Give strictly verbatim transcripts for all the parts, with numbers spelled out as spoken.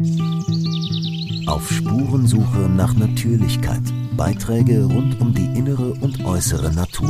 Auf Spurensuche nach Natürlichkeit. Beiträge rund um die innere und äußere Natur.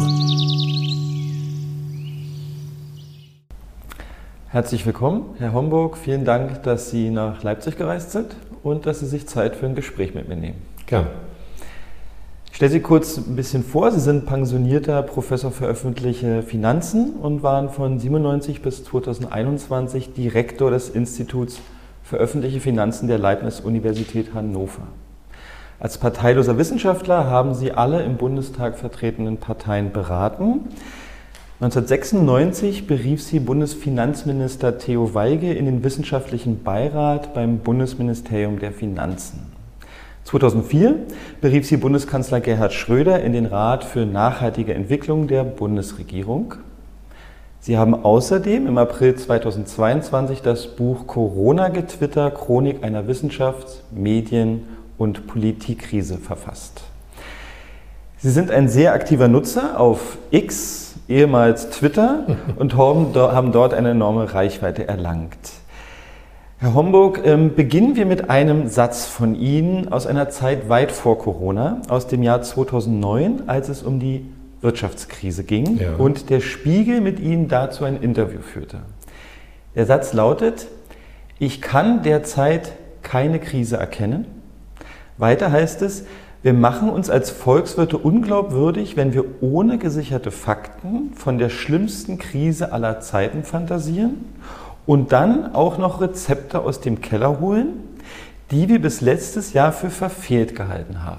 Herzlich willkommen, Herr Homburg. Vielen Dank, dass Sie nach Leipzig gereist sind und dass Sie sich Zeit für ein Gespräch mit mir nehmen. Gerne. Ich stelle Sie kurz ein bisschen vor. Sie sind pensionierter Professor für öffentliche Finanzen und waren von siebenundneunzig bis zweitausendeinundzwanzig Direktor des Instituts für öffentliche Finanzen der Leibniz-Universität Hannover. Als parteiloser Wissenschaftler haben Sie alle im Bundestag vertretenen Parteien beraten. neunzehnhundertsechsundneunzig berief Sie Bundesfinanzminister Theo Weige in den wissenschaftlichen Beirat beim Bundesministerium der Finanzen. zweitausendvier berief Sie Bundeskanzler Gerhard Schröder in den Rat für nachhaltige Entwicklung der Bundesregierung. Sie haben außerdem im April zweitausendzweiundzwanzig das Buch Corona-Getwitter, Chronik einer Wissenschafts-, Medien- und Politikkrise verfasst. Sie sind ein sehr aktiver Nutzer auf X, ehemals Twitter, und haben dort eine enorme Reichweite erlangt. Herr Homburg, beginnen wir mit einem Satz von Ihnen aus einer Zeit weit vor Corona, aus dem Jahr zweitausendneun, als es um die Wirtschaftskrise ging, ja, und der Spiegel mit Ihnen dazu ein Interview führte. Der Satz lautet: Ich kann derzeit keine Krise erkennen. Weiter heißt es: Wir machen uns als Volkswirte unglaubwürdig, wenn wir ohne gesicherte Fakten von der schlimmsten Krise aller Zeiten fantasieren und dann auch noch Rezepte aus dem Keller holen, die wir bis letztes Jahr für verfehlt gehalten haben.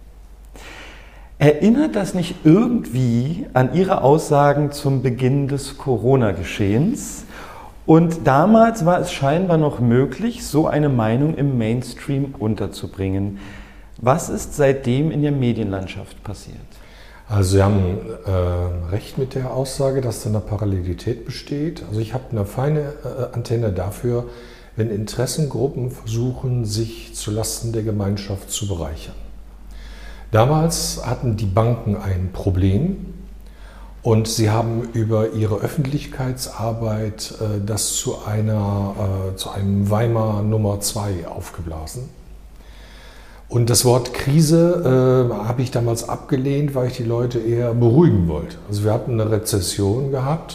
Erinnert das nicht irgendwie an Ihre Aussagen zum Beginn des Corona-Geschehens? Und damals war es scheinbar noch möglich, so eine Meinung im Mainstream unterzubringen. Was ist seitdem in der Medienlandschaft passiert? Also Sie haben äh, recht mit der Aussage, dass da eine Parallelität besteht. Also ich habe eine feine äh, Antenne dafür, wenn Interessengruppen versuchen, sich zulasten der Gemeinschaft zu bereichern. Damals hatten die Banken ein Problem und sie haben über ihre Öffentlichkeitsarbeit äh, das zu, einer, äh, zu einem Weimar Nummer zwei aufgeblasen. Und das Wort Krise äh, habe ich damals abgelehnt, weil ich die Leute eher beruhigen wollte. Also wir hatten eine Rezession gehabt,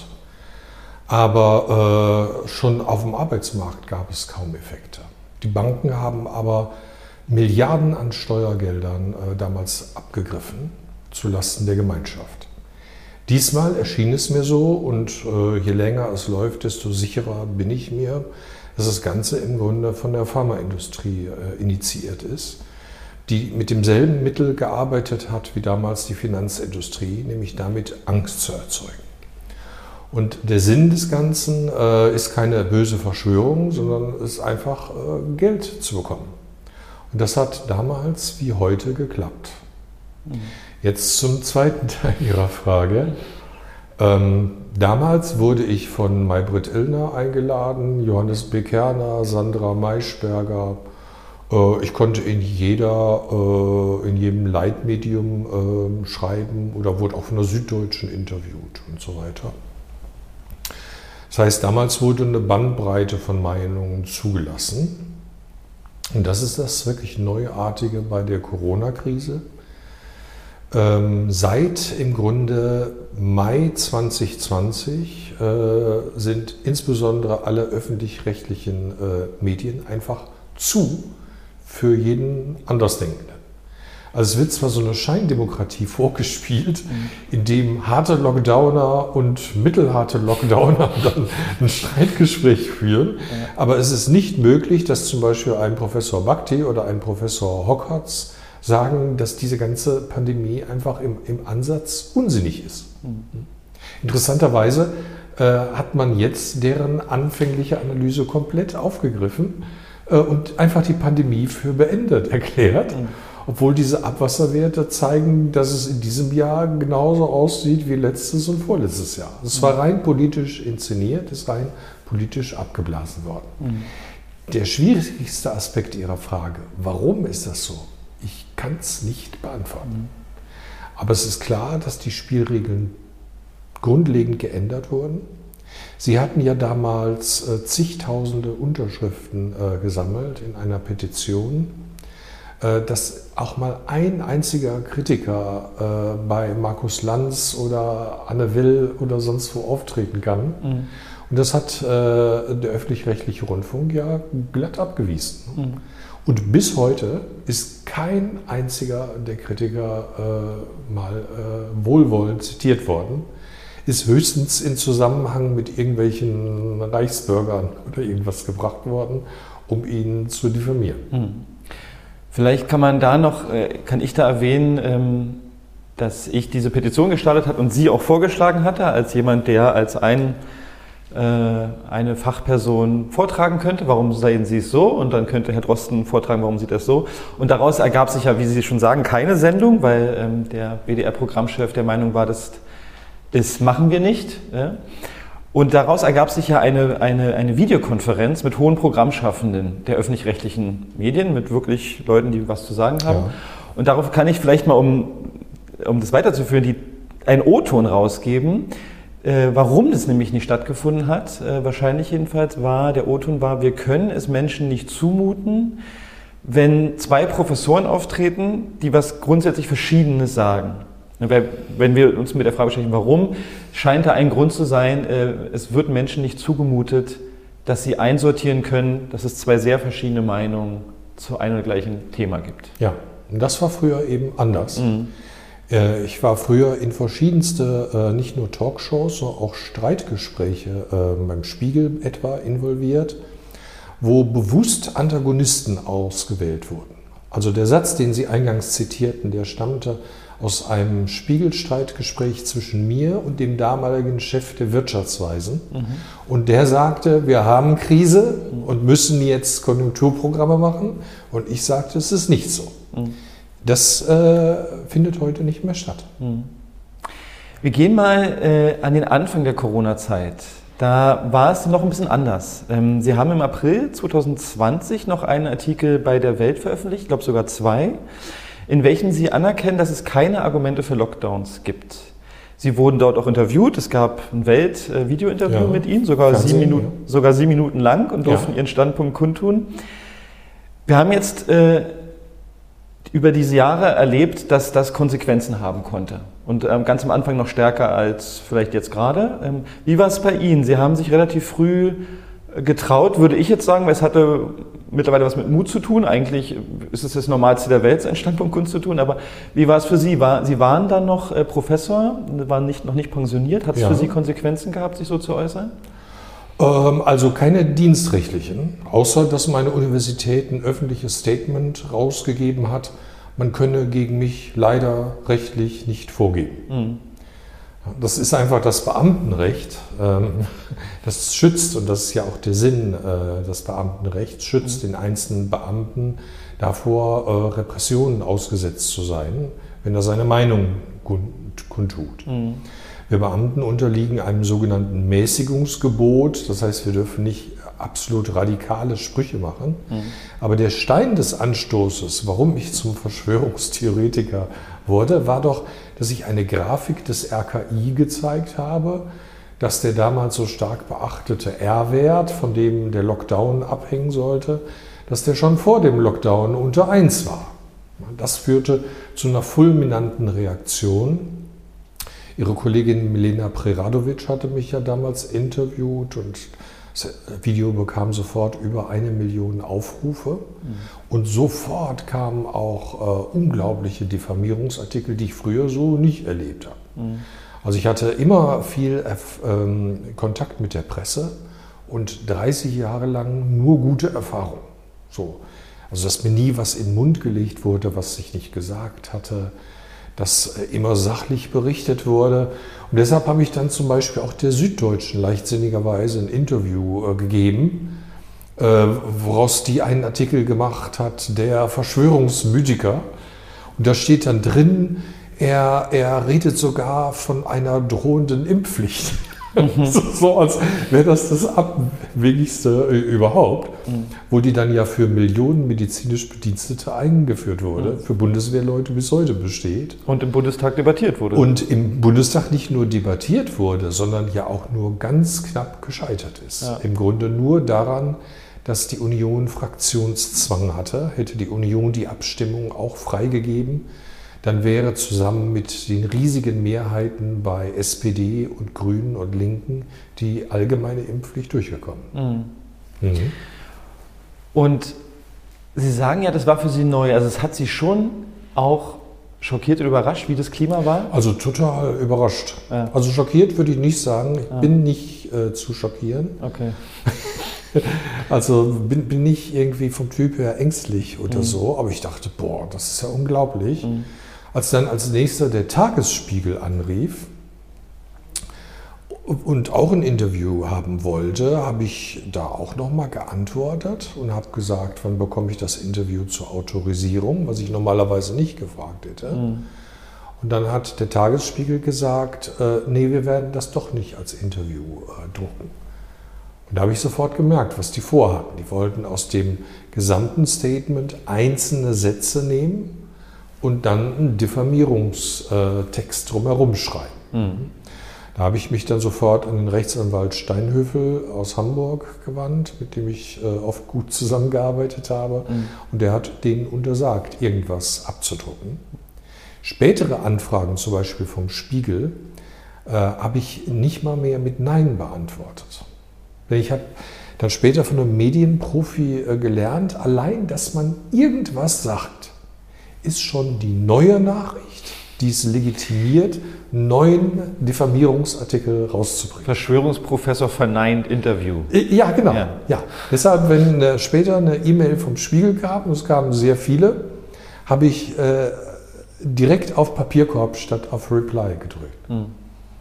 aber äh, schon auf dem Arbeitsmarkt gab es kaum Effekte. Die Banken haben aber Milliarden an Steuergeldern äh, damals abgegriffen, zulasten der Gemeinschaft. Diesmal erschien es mir so, und äh, je länger es läuft, desto sicherer bin ich mir, dass das Ganze im Grunde von der Pharmaindustrie äh, initiiert ist, die mit demselben Mittel gearbeitet hat wie damals die Finanzindustrie, nämlich damit Angst zu erzeugen. Und der Sinn des Ganzen äh, ist keine böse Verschwörung, sondern es ist einfach äh, Geld zu bekommen. Und das hat damals wie heute geklappt. Mhm. Jetzt zum zweiten Teil Ihrer Frage. Ähm, damals wurde ich von Maybrit Illner eingeladen, Johannes B. Kerner, Sandra Maischberger. Ich konnte in, jeder, in jedem Leitmedium schreiben oder wurde auch von der Süddeutschen interviewt und so weiter. Das heißt, damals wurde eine Bandbreite von Meinungen zugelassen. Und das ist das wirklich Neuartige bei der Corona-Krise. Seit im Grunde Mai zweitausendzwanzig sind insbesondere alle öffentlich-rechtlichen Medien einfach zu für jeden Andersdenkenden. Also es wird zwar so eine Scheindemokratie vorgespielt, mhm. in dem harte Lockdowner und mittelharte Lockdowner dann ein Streitgespräch führen, ja. Aber es ist nicht möglich, dass zum Beispiel ein Professor Bhakti oder ein Professor Hockertz sagen, dass diese ganze Pandemie einfach im, im Ansatz unsinnig ist. Mhm. Interessanterweise äh, hat man jetzt deren anfängliche Analyse komplett aufgegriffen und einfach die Pandemie für beendet erklärt, mhm. obwohl diese Abwasserwerte zeigen, dass es in diesem Jahr genauso aussieht wie letztes und vorletztes Jahr. Es war rein politisch inszeniert, es ist rein politisch abgeblasen worden. Mhm. Der schwierigste Aspekt Ihrer Frage, warum ist das so? Ich kann es nicht beantworten. Mhm. Aber es ist klar, dass die Spielregeln grundlegend geändert wurden. Sie hatten ja damals äh, zigtausende Unterschriften äh, gesammelt in einer Petition, äh, dass auch mal ein einziger Kritiker äh, bei Markus Lanz oder Anne Will oder sonst wo auftreten kann. Mhm. Und das hat äh, der öffentlich-rechtliche Rundfunk ja glatt abgewiesen. Mhm. Und bis heute ist kein einziger der Kritiker äh, mal äh, wohlwollend zitiert worden. Ist höchstens in Zusammenhang mit irgendwelchen Reichsbürgern oder irgendwas gebracht worden, um ihn zu diffamieren. Mhm. Vielleicht kann man da noch, kann ich da erwähnen, dass ich diese Petition gestartet habe und Sie auch vorgeschlagen hatte, als jemand, der als ein, eine Fachperson vortragen könnte, warum sehen Sie es so? Und dann könnte Herr Drosten vortragen, warum sieht er es so? Und daraus ergab sich ja, wie Sie schon sagen, keine Sendung, weil der B D R-Programmchef der Meinung war, das, das machen wir nicht. Und daraus ergab sich ja eine, eine, eine Videokonferenz mit hohen Programmschaffenden der öffentlich-rechtlichen Medien, mit wirklich Leuten, die was zu sagen haben. Ja. Und darauf kann ich vielleicht mal, um, um das weiterzuführen, die, einen O-Ton rausgeben. Äh, warum das nämlich nicht stattgefunden hat, äh, wahrscheinlich jedenfalls, war, der O-Ton war, wir können es Menschen nicht zumuten, wenn zwei Professoren auftreten, die was grundsätzlich Verschiedenes sagen. Wenn wir uns mit der Frage beschäftigen, warum, scheint da ein Grund zu sein, es wird Menschen nicht zugemutet, dass sie einsortieren können, dass es zwei sehr verschiedene Meinungen zu einem und gleichen Thema gibt. Ja, und das war früher eben anders. Mhm. Ich war früher in verschiedenste, nicht nur Talkshows, sondern auch Streitgespräche beim Spiegel etwa involviert, wo bewusst Antagonisten ausgewählt wurden. Also der Satz, den Sie eingangs zitierten, der stammte aus einem Spiegelstreitgespräch zwischen mir und dem damaligen Chef der Wirtschaftsweisen. Mhm. Und der sagte, wir haben Krise und müssen jetzt Konjunkturprogramme machen. Und ich sagte, es ist nicht so. Mhm. Das äh, findet heute nicht mehr statt. Mhm. Wir gehen mal äh, an den Anfang der Corona-Zeit. Da war es noch ein bisschen anders. Ähm, Sie haben im April zwanzig zwanzig noch einen Artikel bei der Welt veröffentlicht, ich glaube sogar zwei, in welchen Sie anerkennen, dass es keine Argumente für Lockdowns gibt. Sie wurden dort auch interviewt, es gab ein Welt-Video-Interview ja, mit Ihnen, sogar sieben, Minuten, ja. sogar sieben Minuten lang und durften ja. Ihren Standpunkt kundtun. Wir haben jetzt äh, über diese Jahre erlebt, dass das Konsequenzen haben konnte und ähm, ganz am Anfang noch stärker als vielleicht jetzt gerade. Ähm, wie war es bei Ihnen? Sie haben sich relativ früh getraut, würde ich jetzt sagen, weil es hatte mittlerweile was mit Mut zu tun. Eigentlich ist es das Normalste der Welt, seinen Standpunkt kundzutun. Aber wie war es für Sie? War, Sie waren dann noch äh, Professor, waren nicht, noch nicht pensioniert. Hat es ja. für Sie Konsequenzen gehabt, sich so zu äußern? Ähm, also keine dienstrechtlichen, außer dass meine Universität ein öffentliches Statement rausgegeben hat, man könne gegen mich leider rechtlich nicht vorgehen. Mhm. Das ist einfach das Beamtenrecht, das schützt, und das ist ja auch der Sinn des Beamtenrechts, schützt den einzelnen Beamten davor, Repressionen ausgesetzt zu sein, wenn er seine Meinung kundtut. Mhm. Wir Beamten unterliegen einem sogenannten Mäßigungsgebot, das heißt, wir dürfen nicht absolut radikale Sprüche machen. Mhm. Aber der Stein des Anstoßes, warum ich zum Verschwörungstheoretiker wurde, war doch, dass ich eine Grafik des R K I gezeigt habe, dass der damals so stark beachtete R-Wert, von dem der Lockdown abhängen sollte, dass der schon vor dem Lockdown unter eins war. Das führte zu einer fulminanten Reaktion. Ihre Kollegin Milena Preradovic hatte mich ja damals interviewt und das Video bekam sofort über eine Million Aufrufe. Mhm. Und sofort kamen auch äh, unglaubliche Diffamierungsartikel, die ich früher so nicht erlebt habe. Mhm. Also ich hatte immer viel ähm, Kontakt mit der Presse und dreißig Jahre lang nur gute Erfahrungen. So. Also dass mir nie was in den Mund gelegt wurde, was ich nicht gesagt hatte, dass immer sachlich berichtet wurde. Und deshalb habe ich dann zum Beispiel auch der Süddeutschen leichtsinnigerweise ein Interview äh, gegeben, äh, woraus die einen Artikel gemacht hat, der Verschwörungsmythiker. Und da steht dann drin, er, er redet sogar von einer drohenden Impfpflicht. Mhm. so, so als wäre das das Abwegigste äh, überhaupt, mhm. wo die dann ja für Millionen medizinisch Bedienstete eingeführt wurde, mhm. für Bundeswehrleute bis heute besteht. Und im Bundestag debattiert wurde. Und im Bundestag nicht nur debattiert wurde, sondern ja auch nur ganz knapp gescheitert ist. Ja. Im Grunde nur daran, dass die Union Fraktionszwang hatte. Hätte die Union die Abstimmung auch freigegeben, dann wäre zusammen mit den riesigen Mehrheiten bei S P D und Grünen und Linken die allgemeine Impfpflicht durchgekommen. Mhm. Mhm. Und Sie sagen ja, das war für Sie neu. Also es hat Sie schon auch schockiert oder überrascht, wie das Klima war? Also total überrascht. Ja. Also schockiert würde ich nicht sagen. Ich ja. bin nicht äh, zu schockieren. Okay. Also bin, bin nicht irgendwie vom Typ her ängstlich oder mhm. so, aber ich dachte, boah, das ist ja unglaublich. Mhm. Als dann als nächster der Tagesspiegel anrief und auch ein Interview haben wollte, habe ich da auch nochmal geantwortet und habe gesagt, wann bekomme ich das Interview zur Autorisierung, was ich normalerweise nicht gefragt hätte. Mhm. Und dann hat der Tagesspiegel gesagt, äh, nee, wir werden das doch nicht als Interview äh, drucken. Und da habe ich sofort gemerkt, was die vorhatten. Die wollten aus dem gesamten Statement einzelne Sätze nehmen und dann einen Diffamierungstext drumherum schreiben. Mhm. Da habe ich mich dann sofort an den Rechtsanwalt Steinhöfel aus Hamburg gewandt, mit dem ich äh, oft gut zusammengearbeitet habe. Mhm. Und der hat denen untersagt, irgendwas abzudrucken. Spätere Anfragen, zum Beispiel vom Spiegel, äh, habe ich nicht mal mehr mit Nein beantwortet. Ich habe dann später von einem Medienprofi äh, gelernt, allein, dass man irgendwas sagt, ist schon die neue Nachricht, die es legitimiert, neuen Diffamierungsartikel rauszubringen. Verschwörungsprofessor verneint Interview. Ja, genau. Ja. Ja. Deshalb, wenn äh, später eine E-Mail vom Spiegel kam, und es kamen sehr viele, habe ich äh, direkt auf Papierkorb statt auf Reply gedrückt. Hm.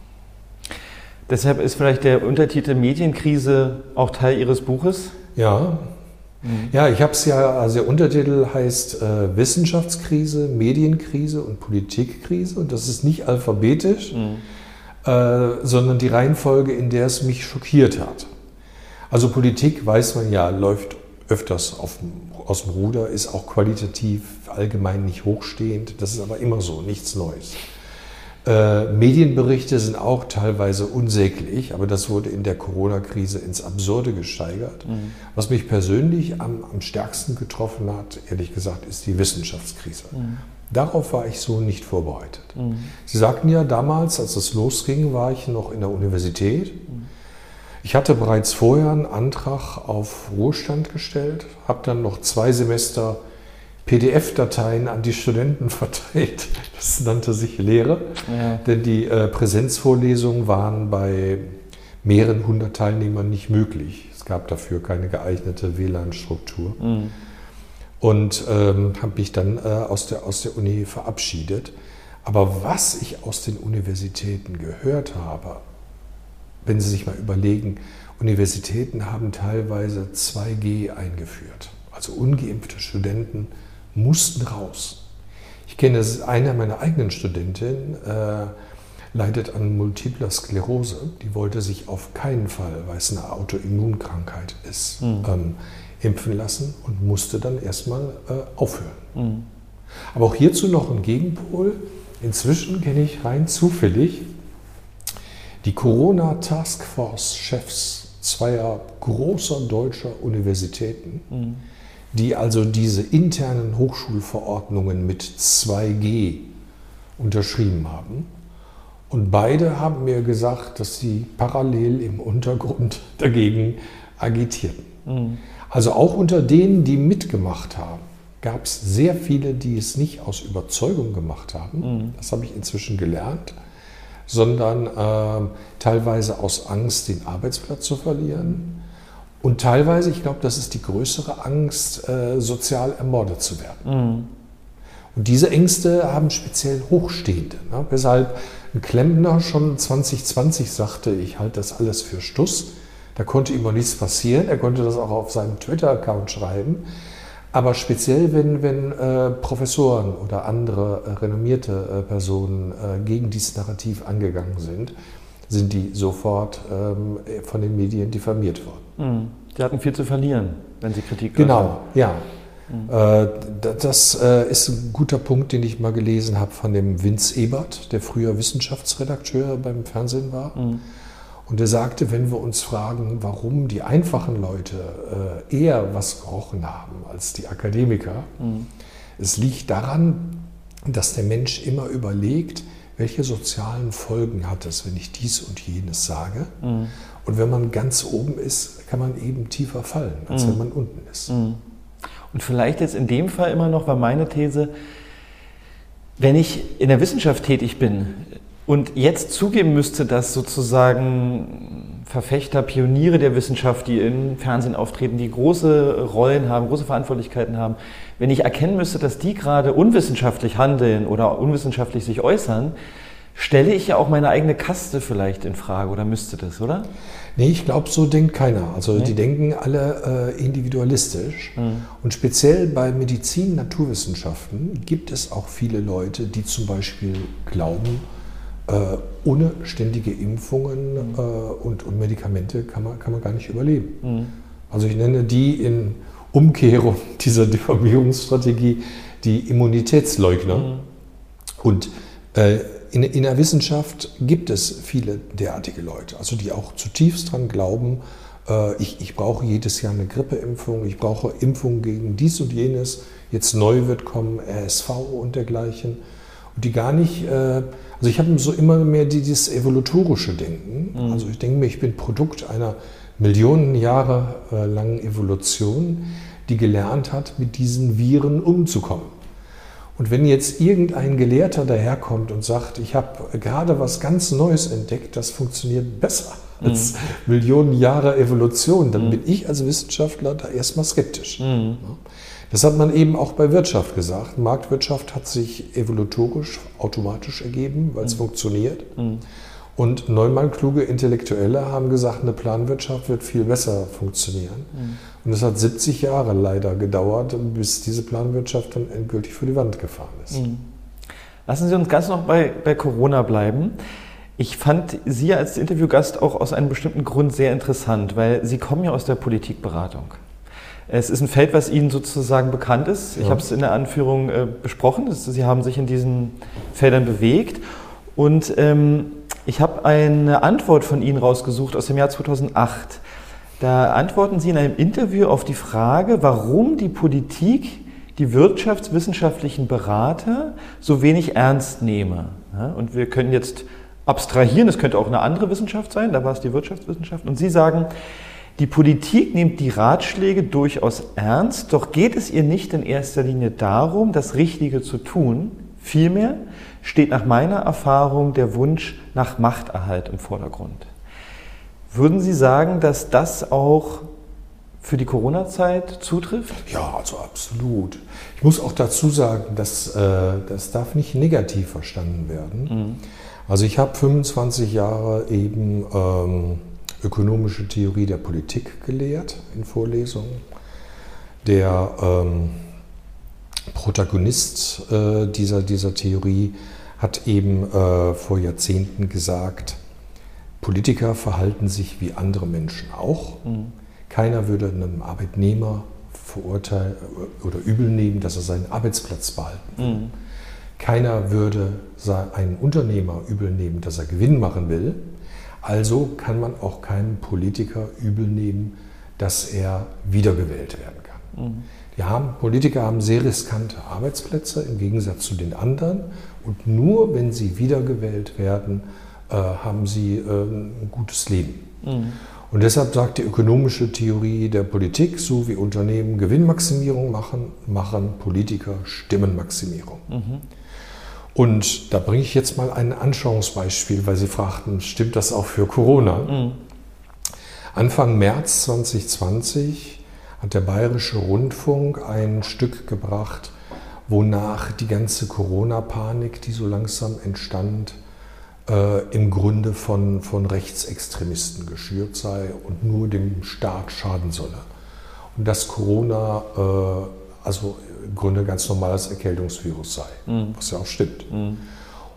Deshalb ist vielleicht der Untertitel Medienkrise auch Teil Ihres Buches? Ja. Mhm. Ja, ich habe es ja, also der Untertitel heißt äh, Wissenschaftskrise, Medienkrise und Politikkrise. Und das ist nicht alphabetisch, mhm. äh, sondern die Reihenfolge, in der es mich schockiert hat. Also Politik, weiß man ja, läuft öfters auf, aus dem Ruder, ist auch qualitativ allgemein nicht hochstehend. Das ist aber immer so, nichts Neues. Äh, Medienberichte sind auch teilweise unsäglich, aber das wurde in der Corona-Krise ins Absurde gesteigert. Mhm. Was mich persönlich am, am stärksten getroffen hat, ehrlich gesagt, ist die Wissenschaftskrise. Mhm. Darauf war ich so nicht vorbereitet. Mhm. Sie sagten ja damals, als es losging, war ich noch in der Universität. Mhm. Ich hatte bereits vorher einen Antrag auf Ruhestand gestellt, habe dann noch zwei Semester P D F-Dateien an die Studenten verteilt. Das nannte sich Lehre, ja. Denn die äh, Präsenzvorlesungen waren bei mehreren hundert Teilnehmern nicht möglich. Es gab dafür keine geeignete W L A N-Struktur. Mhm. Und ähm, habe mich dann äh, aus, der, aus der Uni verabschiedet. Aber was ich aus den Universitäten gehört habe, wenn Sie sich mal überlegen, Universitäten haben teilweise zwei G eingeführt. Also ungeimpfte Studenten mussten raus. Ich kenne es, eine meiner eigenen Studentinnen äh, leidet an multipler Sklerose. Die wollte sich auf keinen Fall, weil es eine Autoimmunkrankheit ist, mhm. ähm, impfen lassen und musste dann erstmal äh, aufhören. Mhm. Aber auch hierzu noch ein Gegenpol. Inzwischen kenne ich rein zufällig die Corona-Taskforce-Chefs zweier großer deutscher Universitäten, mhm. die also diese internen Hochschulverordnungen mit zwei G unterschrieben haben. Und beide haben mir gesagt, dass sie parallel im Untergrund dagegen agitierten. Mhm. Also auch unter denen, die mitgemacht haben, gab es sehr viele, die es nicht aus Überzeugung gemacht haben. Mhm. Das habe ich inzwischen gelernt. Sondern äh, teilweise aus Angst, den Arbeitsplatz zu verlieren. Und teilweise, ich glaube, das ist die größere Angst, äh, sozial ermordet zu werden. Mhm. Und diese Ängste haben speziell Hochstehende. Ne? Weshalb ein Klempner schon zwanzig zwanzig sagte, ich halte das alles für Stuss. Da konnte ihm auch nichts passieren. Er konnte das auch auf seinem Twitter-Account schreiben. Aber speziell, wenn, wenn äh, Professoren oder andere äh, renommierte äh, Personen äh, gegen dieses Narrativ angegangen sind, sind die sofort ähm, von den Medien diffamiert worden. Sie hatten viel zu verlieren, wenn Sie Kritik gehört Genau, haben. ja. Mhm. Äh, das äh, ist ein guter Punkt, den ich mal gelesen habe von dem Vince Ebert, der früher Wissenschaftsredakteur beim Fernsehen war. Mhm. Und er sagte, wenn wir uns fragen, warum die einfachen Leute äh, eher was gerochen haben als die Akademiker, mhm. es liegt daran, dass der Mensch immer überlegt, welche sozialen Folgen hat es, wenn ich dies und jenes sage. Mhm. Und wenn man ganz oben ist, kann man eben tiefer fallen, als mhm. wenn man unten ist. Mhm. Und vielleicht jetzt in dem Fall immer noch war meine These, wenn ich in der Wissenschaft tätig bin und jetzt zugeben müsste, dass sozusagen Verfechter, Pioniere der Wissenschaft, die im Fernsehen auftreten, die große Rollen haben, große Verantwortlichkeiten haben, wenn ich erkennen müsste, dass die gerade unwissenschaftlich handeln oder unwissenschaftlich sich äußern, stelle ich ja auch meine eigene Kaste vielleicht in Frage oder müsste das, oder? Nee, ich glaube, so denkt keiner. Also nee. Die denken alle äh, individualistisch. Mhm. Und speziell bei Medizin, Naturwissenschaften gibt es auch viele Leute, die zum Beispiel glauben, äh, ohne ständige Impfungen mhm. äh, und, und Medikamente kann man, kann man gar nicht überleben. Mhm. Also ich nenne die in Umkehrung dieser Diffamierungsstrategie die Immunitätsleugner. Mhm. Und äh, In, in der Wissenschaft gibt es viele derartige Leute, also die auch zutiefst daran glauben, äh, ich, ich brauche jedes Jahr eine Grippeimpfung, ich brauche Impfungen gegen dies und jenes, jetzt neu wird kommen R S V und dergleichen. Und die gar nicht, äh, also ich habe so immer mehr dieses evolutorische Denken, mhm. also ich denke mir, ich bin Produkt einer Millionen Jahre äh, langen Evolution, die gelernt hat, mit diesen Viren umzukommen. Und wenn jetzt irgendein Gelehrter daherkommt und sagt, ich habe gerade was ganz Neues entdeckt, das funktioniert besser als mhm. Millionen Jahre Evolution, dann mhm. bin ich als Wissenschaftler da erstmal skeptisch. Mhm. Das hat man eben auch bei Wirtschaft gesagt. Marktwirtschaft hat sich evolutorisch automatisch ergeben, weil es mhm. funktioniert. Mhm. Und neunmal kluge Intellektuelle haben gesagt, eine Planwirtschaft wird viel besser funktionieren. Mhm. Und es hat siebzig Jahre leider gedauert, bis diese Planwirtschaft dann endgültig vor die Wand gefahren ist. Mhm. Lassen Sie uns ganz noch bei, bei Corona bleiben. Ich fand Sie als Interviewgast auch aus einem bestimmten Grund sehr interessant, weil Sie kommen ja aus der Politikberatung. Es ist ein Feld, was Ihnen sozusagen bekannt ist. Ich ja. habe es in der Anführung äh, besprochen. Sie haben sich in diesen Feldern bewegt. Und ähm, ich habe eine Antwort von Ihnen rausgesucht aus dem Jahr zweitausendacht. Da antworten Sie in einem Interview auf die Frage, warum die Politik die wirtschaftswissenschaftlichen Berater so wenig ernst nehme. Ja, und wir können jetzt abstrahieren, es könnte auch eine andere Wissenschaft sein, da war es die Wirtschaftswissenschaft. Und Sie sagen, die Politik nimmt die Ratschläge durchaus ernst, doch geht es ihr nicht in erster Linie darum, das Richtige zu tun. Vielmehr steht nach meiner Erfahrung der Wunsch nach Machterhalt im Vordergrund. Würden Sie sagen, dass das auch für die Corona-Zeit zutrifft? Ja, also absolut. Ich muss auch dazu sagen, dass, äh, das darf nicht negativ verstanden werden. Mhm. Also ich habe fünfundzwanzig Jahre eben ähm, ökonomische Theorie der Politik gelehrt in Vorlesungen. Der ähm, Protagonist äh, dieser, dieser Theorie hat eben äh, vor Jahrzehnten gesagt, Politiker verhalten sich wie andere Menschen auch. Mhm. Keiner würde einem Arbeitnehmer verurteilen oder übel nehmen, dass er seinen Arbeitsplatz behalten will. Mhm. Keiner würde einen Unternehmer übel nehmen, dass er Gewinn machen will. Also kann man auch keinem Politiker übel nehmen, dass er wiedergewählt werden kann. Mhm. Die haben, Politiker haben sehr riskante Arbeitsplätze im Gegensatz zu den anderen. Und nur wenn sie wiedergewählt werden, äh, haben sie äh, ein gutes Leben. Mhm. Und deshalb sagt die ökonomische Theorie der Politik, so wie Unternehmen Gewinnmaximierung machen, machen Politiker Stimmenmaximierung. Mhm. Und da bringe ich jetzt mal ein Anschauungsbeispiel, weil Sie fragten, stimmt das auch für Corona? Mhm. Anfang März zweitausendzwanzig hat der Bayerische Rundfunk ein Stück gebracht, wonach die ganze Corona-Panik, die so langsam entstand, äh, im Grunde von, von Rechtsextremisten geschürt sei und nur dem Staat schaden solle. Und dass Corona äh, also im Grunde ganz normales Erkältungsvirus sei, mhm. was ja auch stimmt. Mhm.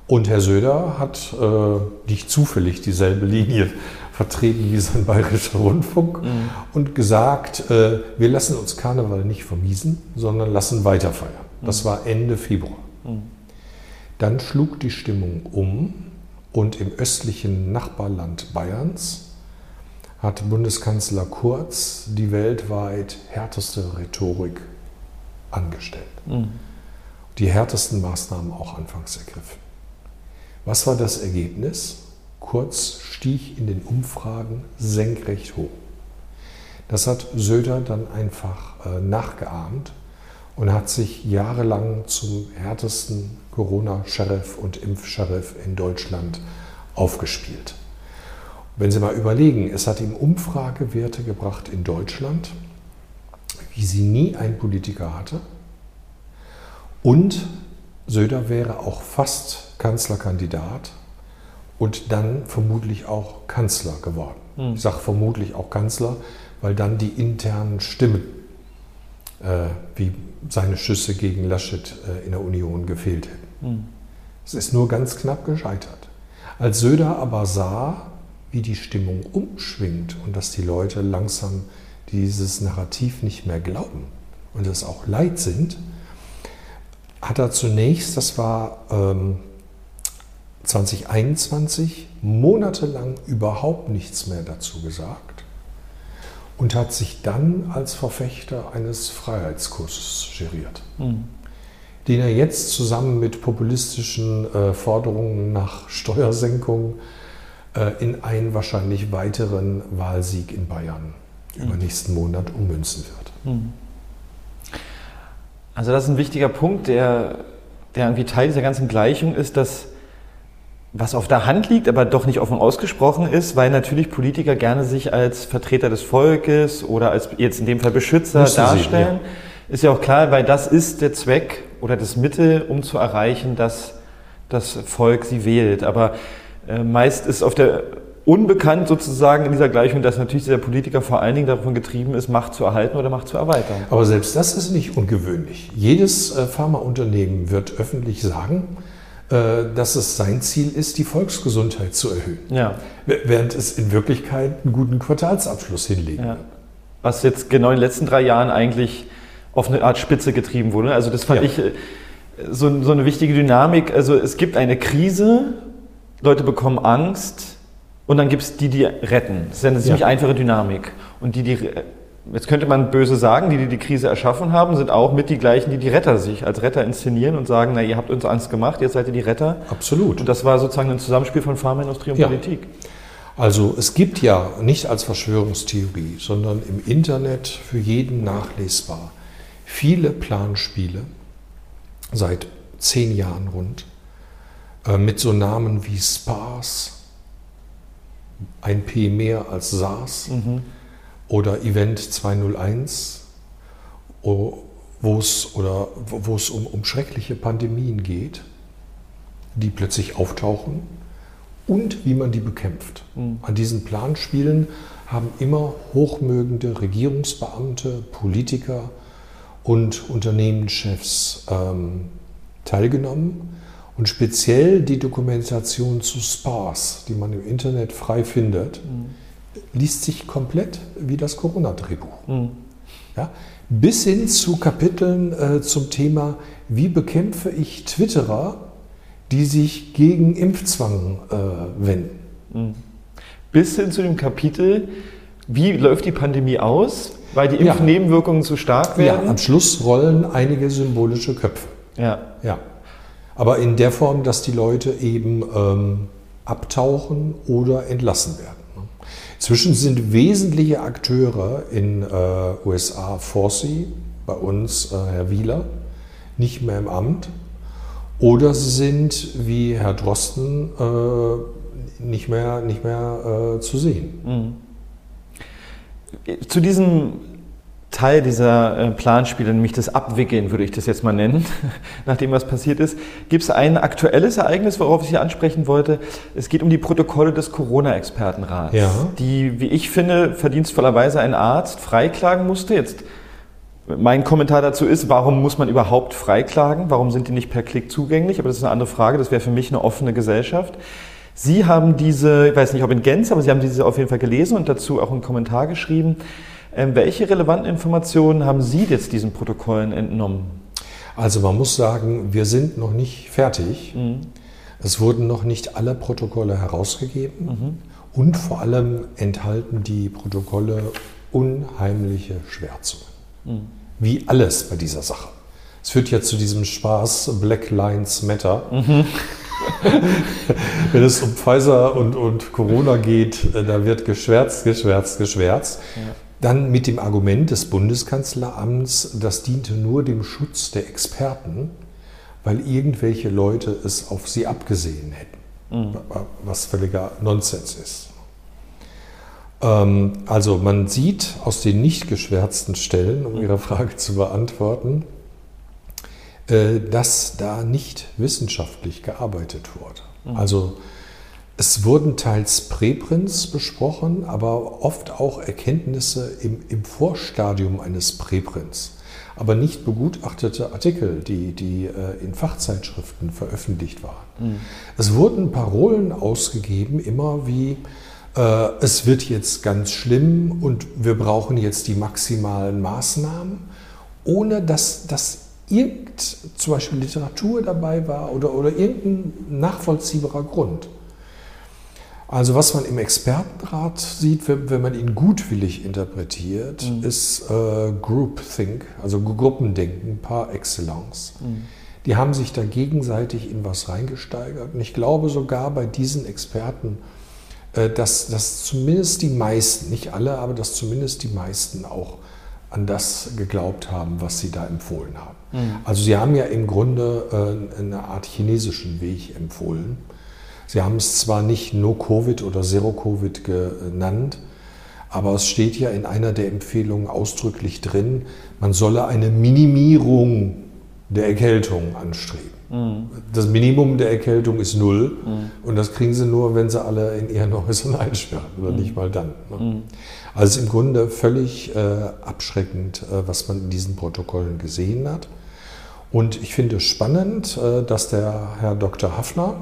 Und Herr Söder hat äh, nicht zufällig dieselbe Linie vertreten wie sein Bayerischer Rundfunk mhm. und gesagt, äh, wir lassen uns Karneval nicht vermiesen, sondern lassen weiter feiern. Das mhm. war Ende Februar. Mhm. Dann schlug die Stimmung um und im östlichen Nachbarland Bayerns hat Bundeskanzler Kurz die weltweit härteste Rhetorik angestellt. Mhm. Die härtesten Maßnahmen auch anfangs ergriffen. Was war das Ergebnis? Kurz stieg in den Umfragen senkrecht hoch. Das hat Söder dann einfach äh, nachgeahmt und hat sich jahrelang zum härtesten Corona-Sheriff und Impf-Sheriff in Deutschland aufgespielt. Wenn Sie mal überlegen, es hat ihm Umfragewerte gebracht in Deutschland, wie sie nie ein Politiker hatte. Und Söder wäre auch fast Kanzlerkandidat und dann vermutlich auch Kanzler geworden. Mhm. Ich sage vermutlich auch Kanzler, weil dann die internen Stimmen, äh, wie seine Schüsse gegen Laschet äh, in der Union gefehlt hätten. Mhm. Es ist nur ganz knapp gescheitert. Als Söder aber sah, wie die Stimmung umschwingt und dass die Leute langsam dieses Narrativ nicht mehr glauben und es auch leid sind, hat er zunächst, das war ähm, zwanzig einundzwanzig, monatelang überhaupt nichts mehr dazu gesagt und hat sich dann als Verfechter eines Freiheitskurses geriert, mhm. den er jetzt zusammen mit populistischen äh, Forderungen nach Steuersenkung äh, in einen wahrscheinlich weiteren Wahlsieg in Bayern mhm. über nächsten Monat ummünzen wird. Mhm. Also das ist ein wichtiger Punkt, der, der irgendwie Teil dieser ganzen Gleichung ist, dass was auf der Hand liegt, aber doch nicht offen ausgesprochen ist, weil natürlich Politiker gerne sich als Vertreter des Volkes oder als jetzt in dem Fall Beschützer Müssen darstellen. Sie, ja. Ist ja auch klar, weil das ist der Zweck oder das Mittel, um zu erreichen, dass das Volk sie wählt. Aber äh, meist ist auf der unbekannt sozusagen in dieser Gleichung, dass natürlich dieser Politiker vor allen Dingen davon getrieben ist, Macht zu erhalten oder Macht zu erweitern. Aber selbst das ist nicht ungewöhnlich. Jedes äh, Pharmaunternehmen wird öffentlich sagen, äh, dass es sein Ziel ist, die Volksgesundheit zu erhöhen. Ja. Während es in Wirklichkeit einen guten Quartalsabschluss hinlegen ja. wird. Was jetzt genau in den letzten drei Jahren eigentlich auf eine Art Spitze getrieben wurde. Also das fand ja. ich äh, so, so eine wichtige Dynamik. Also es gibt eine Krise, Leute bekommen Angst, und dann gibt es die, die retten. Das ist eine ziemlich ja. einfache Dynamik. Und die, die, jetzt könnte man böse sagen, die, die die Krise erschaffen haben, sind auch mit die gleichen, die die Retter sich als Retter inszenieren und sagen, na, ihr habt uns Angst gemacht, jetzt seid ihr die Retter. Absolut. Und das war sozusagen ein Zusammenspiel von Pharmaindustrie und ja. Politik. Also es gibt ja nicht als Verschwörungstheorie, sondern im Internet für jeden nachlesbar viele Planspiele, seit zehn Jahren rund, äh, mit so Namen wie SPARS, ein P mehr als SARS mhm. oder Event zweihunderteins, wo es oder wo es um, um schreckliche Pandemien geht, die plötzlich auftauchen und wie man die bekämpft. Mhm. An diesen Planspielen haben immer hochmögende Regierungsbeamte, Politiker und Unternehmenschefs ähm, teilgenommen. Und speziell die Dokumentation zu SPARS, die man im Internet frei findet, mhm. liest sich komplett wie das Corona-Drehbuch. Mhm. Ja? Bis hin zu Kapiteln äh, zum Thema, wie bekämpfe ich Twitterer, die sich gegen Impfzwang äh, wenden. Mhm. Bis hin zu dem Kapitel, wie läuft die Pandemie aus, weil die Impfnebenwirkungen ja. zu stark werden. Ja, am Schluss rollen einige symbolische Köpfe. Ja. ja. Aber in der Form, dass die Leute eben ähm, abtauchen oder entlassen werden. Inzwischen sind wesentliche Akteure in äh, U S A Fauci, bei uns äh, Herr Wieler, nicht mehr im Amt. Oder sie sind, wie Herr Drosten, äh, nicht mehr, nicht mehr äh, zu sehen. Mhm. Zu diesem Teil dieser äh, Planspiele, nämlich das Abwickeln, würde ich das jetzt mal nennen, nachdem was passiert ist, gibt es ein aktuelles Ereignis, worauf ich hier ansprechen wollte. Es geht um die Protokolle des Corona-Expertenrats, ja. die, wie ich finde, verdienstvollerweise ein Arzt freiklagen musste. Jetzt Mein Kommentar dazu ist, warum muss man überhaupt freiklagen? Warum sind die nicht per Klick zugänglich? Aber das ist eine andere Frage, das wäre für mich eine offene Gesellschaft. Sie haben diese, ich weiß nicht, ob in Gänze, aber Sie haben diese auf jeden Fall gelesen und dazu auch einen Kommentar geschrieben. Ähm, welche relevanten Informationen haben Sie jetzt diesen Protokollen entnommen? Also man muss sagen, wir sind noch nicht fertig. Mhm. Es wurden noch nicht alle Protokolle herausgegeben. Mhm. Und vor allem enthalten die Protokolle unheimliche Schwärzungen. Mhm. Wie alles bei dieser Sache. Es führt ja zu diesem Spaß Black Lives Matter. Mhm. Wenn es um Pfizer und, und Corona geht, da wird geschwärzt, geschwärzt, geschwärzt. Ja. Dann mit dem Argument des Bundeskanzleramts, das diente nur dem Schutz der Experten, weil irgendwelche Leute es auf sie abgesehen hätten, mhm. was völliger Nonsens ist. Ähm, also man sieht aus den nicht geschwärzten Stellen, um Ihre Frage zu beantworten, äh, dass da nicht wissenschaftlich gearbeitet wurde. Mhm. Also es wurden teils Präprints besprochen, aber oft auch Erkenntnisse im, im Vorstadium eines Präprints, aber nicht begutachtete Artikel, die, die äh, in Fachzeitschriften veröffentlicht waren. Mhm. Es wurden Parolen ausgegeben, immer wie, äh, es wird jetzt ganz schlimm und wir brauchen jetzt die maximalen Maßnahmen, ohne dass, dass irgend, zum Beispiel Literatur dabei war oder, oder irgendein nachvollziehbarer Grund. Also was man im Expertenrat sieht, wenn, wenn man ihn gutwillig interpretiert, mhm. ist äh, Groupthink, also Gruppendenken par excellence. Mhm. Die haben sich da gegenseitig in was reingesteigert. Und ich glaube sogar bei diesen Experten, äh, dass, dass zumindest die meisten, nicht alle, aber dass zumindest die meisten auch an das geglaubt haben, was sie da empfohlen haben. Mhm. Also sie haben ja im Grunde äh, eine Art chinesischen Weg empfohlen. Sie haben es zwar nicht No-Covid oder Zero-Covid genannt, aber es steht ja in einer der Empfehlungen ausdrücklich drin, man solle eine Minimierung der Erkältung anstreben. Mhm. Das Minimum der Erkältung ist null mhm. und das kriegen sie nur, wenn sie alle in ihren Häusern einsperren oder mhm. nicht mal dann. Ne? Mhm. Also im Grunde völlig äh, abschreckend, äh, was man in diesen Protokollen gesehen hat. Und ich finde es spannend, äh, dass der Herr Doktor Hafner,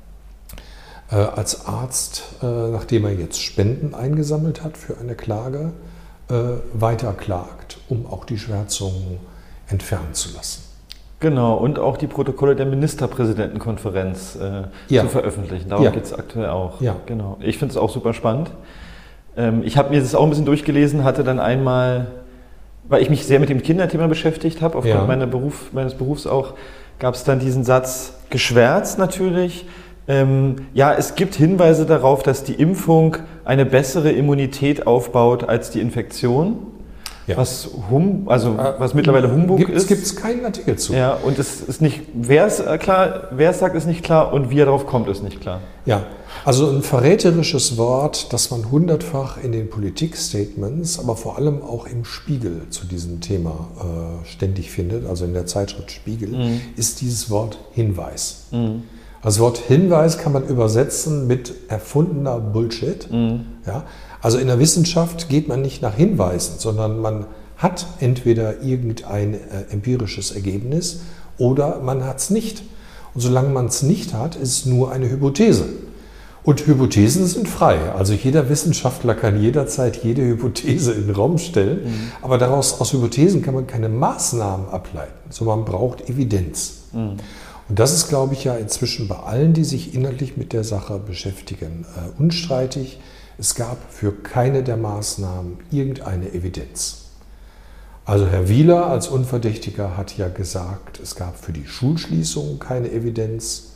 Äh, als Arzt, äh, nachdem er jetzt Spenden eingesammelt hat für eine Klage, äh, weiterklagt, um auch die Schwärzungen entfernen zu lassen. Genau, und auch die Protokolle der Ministerpräsidentenkonferenz äh, ja. zu veröffentlichen. Darum ja. geht es aktuell auch. Ja. Genau. Ich finde es auch super spannend. Ähm, ich habe mir das auch ein bisschen durchgelesen, hatte dann einmal, weil ich mich sehr mit dem Kinderthema beschäftigt habe, aufgrund ja. meiner Beruf, meines Berufs auch, gab es dann diesen Satz, geschwärzt natürlich, Ähm, ja, es gibt Hinweise darauf, dass die Impfung eine bessere Immunität aufbaut als die Infektion, ja. was, hum, also, äh, was mittlerweile Humbug gibt, ist. Es gibt keinen Artikel zu. Ja, und es ist nicht, wer es klar, wer es sagt, ist nicht klar und wie er darauf kommt, ist nicht klar. Ja, also ein verräterisches Wort, das man hundertfach in den Politikstatements, aber vor allem auch im Spiegel zu diesem Thema äh, ständig findet, also in der Zeitschrift Spiegel, mhm. ist dieses Wort Hinweis. Mhm. Das Wort Hinweis kann man übersetzen mit erfundener Bullshit. Mhm. Ja? Also in der Wissenschaft geht man nicht nach Hinweisen, sondern man hat entweder irgendein äh, empirisches Ergebnis oder man hat es nicht. Und solange man es nicht hat, ist es nur eine Hypothese. Und Hypothesen sind frei. Also jeder Wissenschaftler kann jederzeit jede Hypothese in den Raum stellen. Mhm. Aber daraus, aus Hypothesen kann man keine Maßnahmen ableiten, sondern man braucht Evidenz. Mhm. Und das ist, glaube ich, ja inzwischen bei allen, die sich inhaltlich mit der Sache beschäftigen, äh, unstreitig. Es gab für keine der Maßnahmen irgendeine Evidenz. Also Herr Wieler als Unverdächtiger hat ja gesagt, es gab für die Schulschließung keine Evidenz.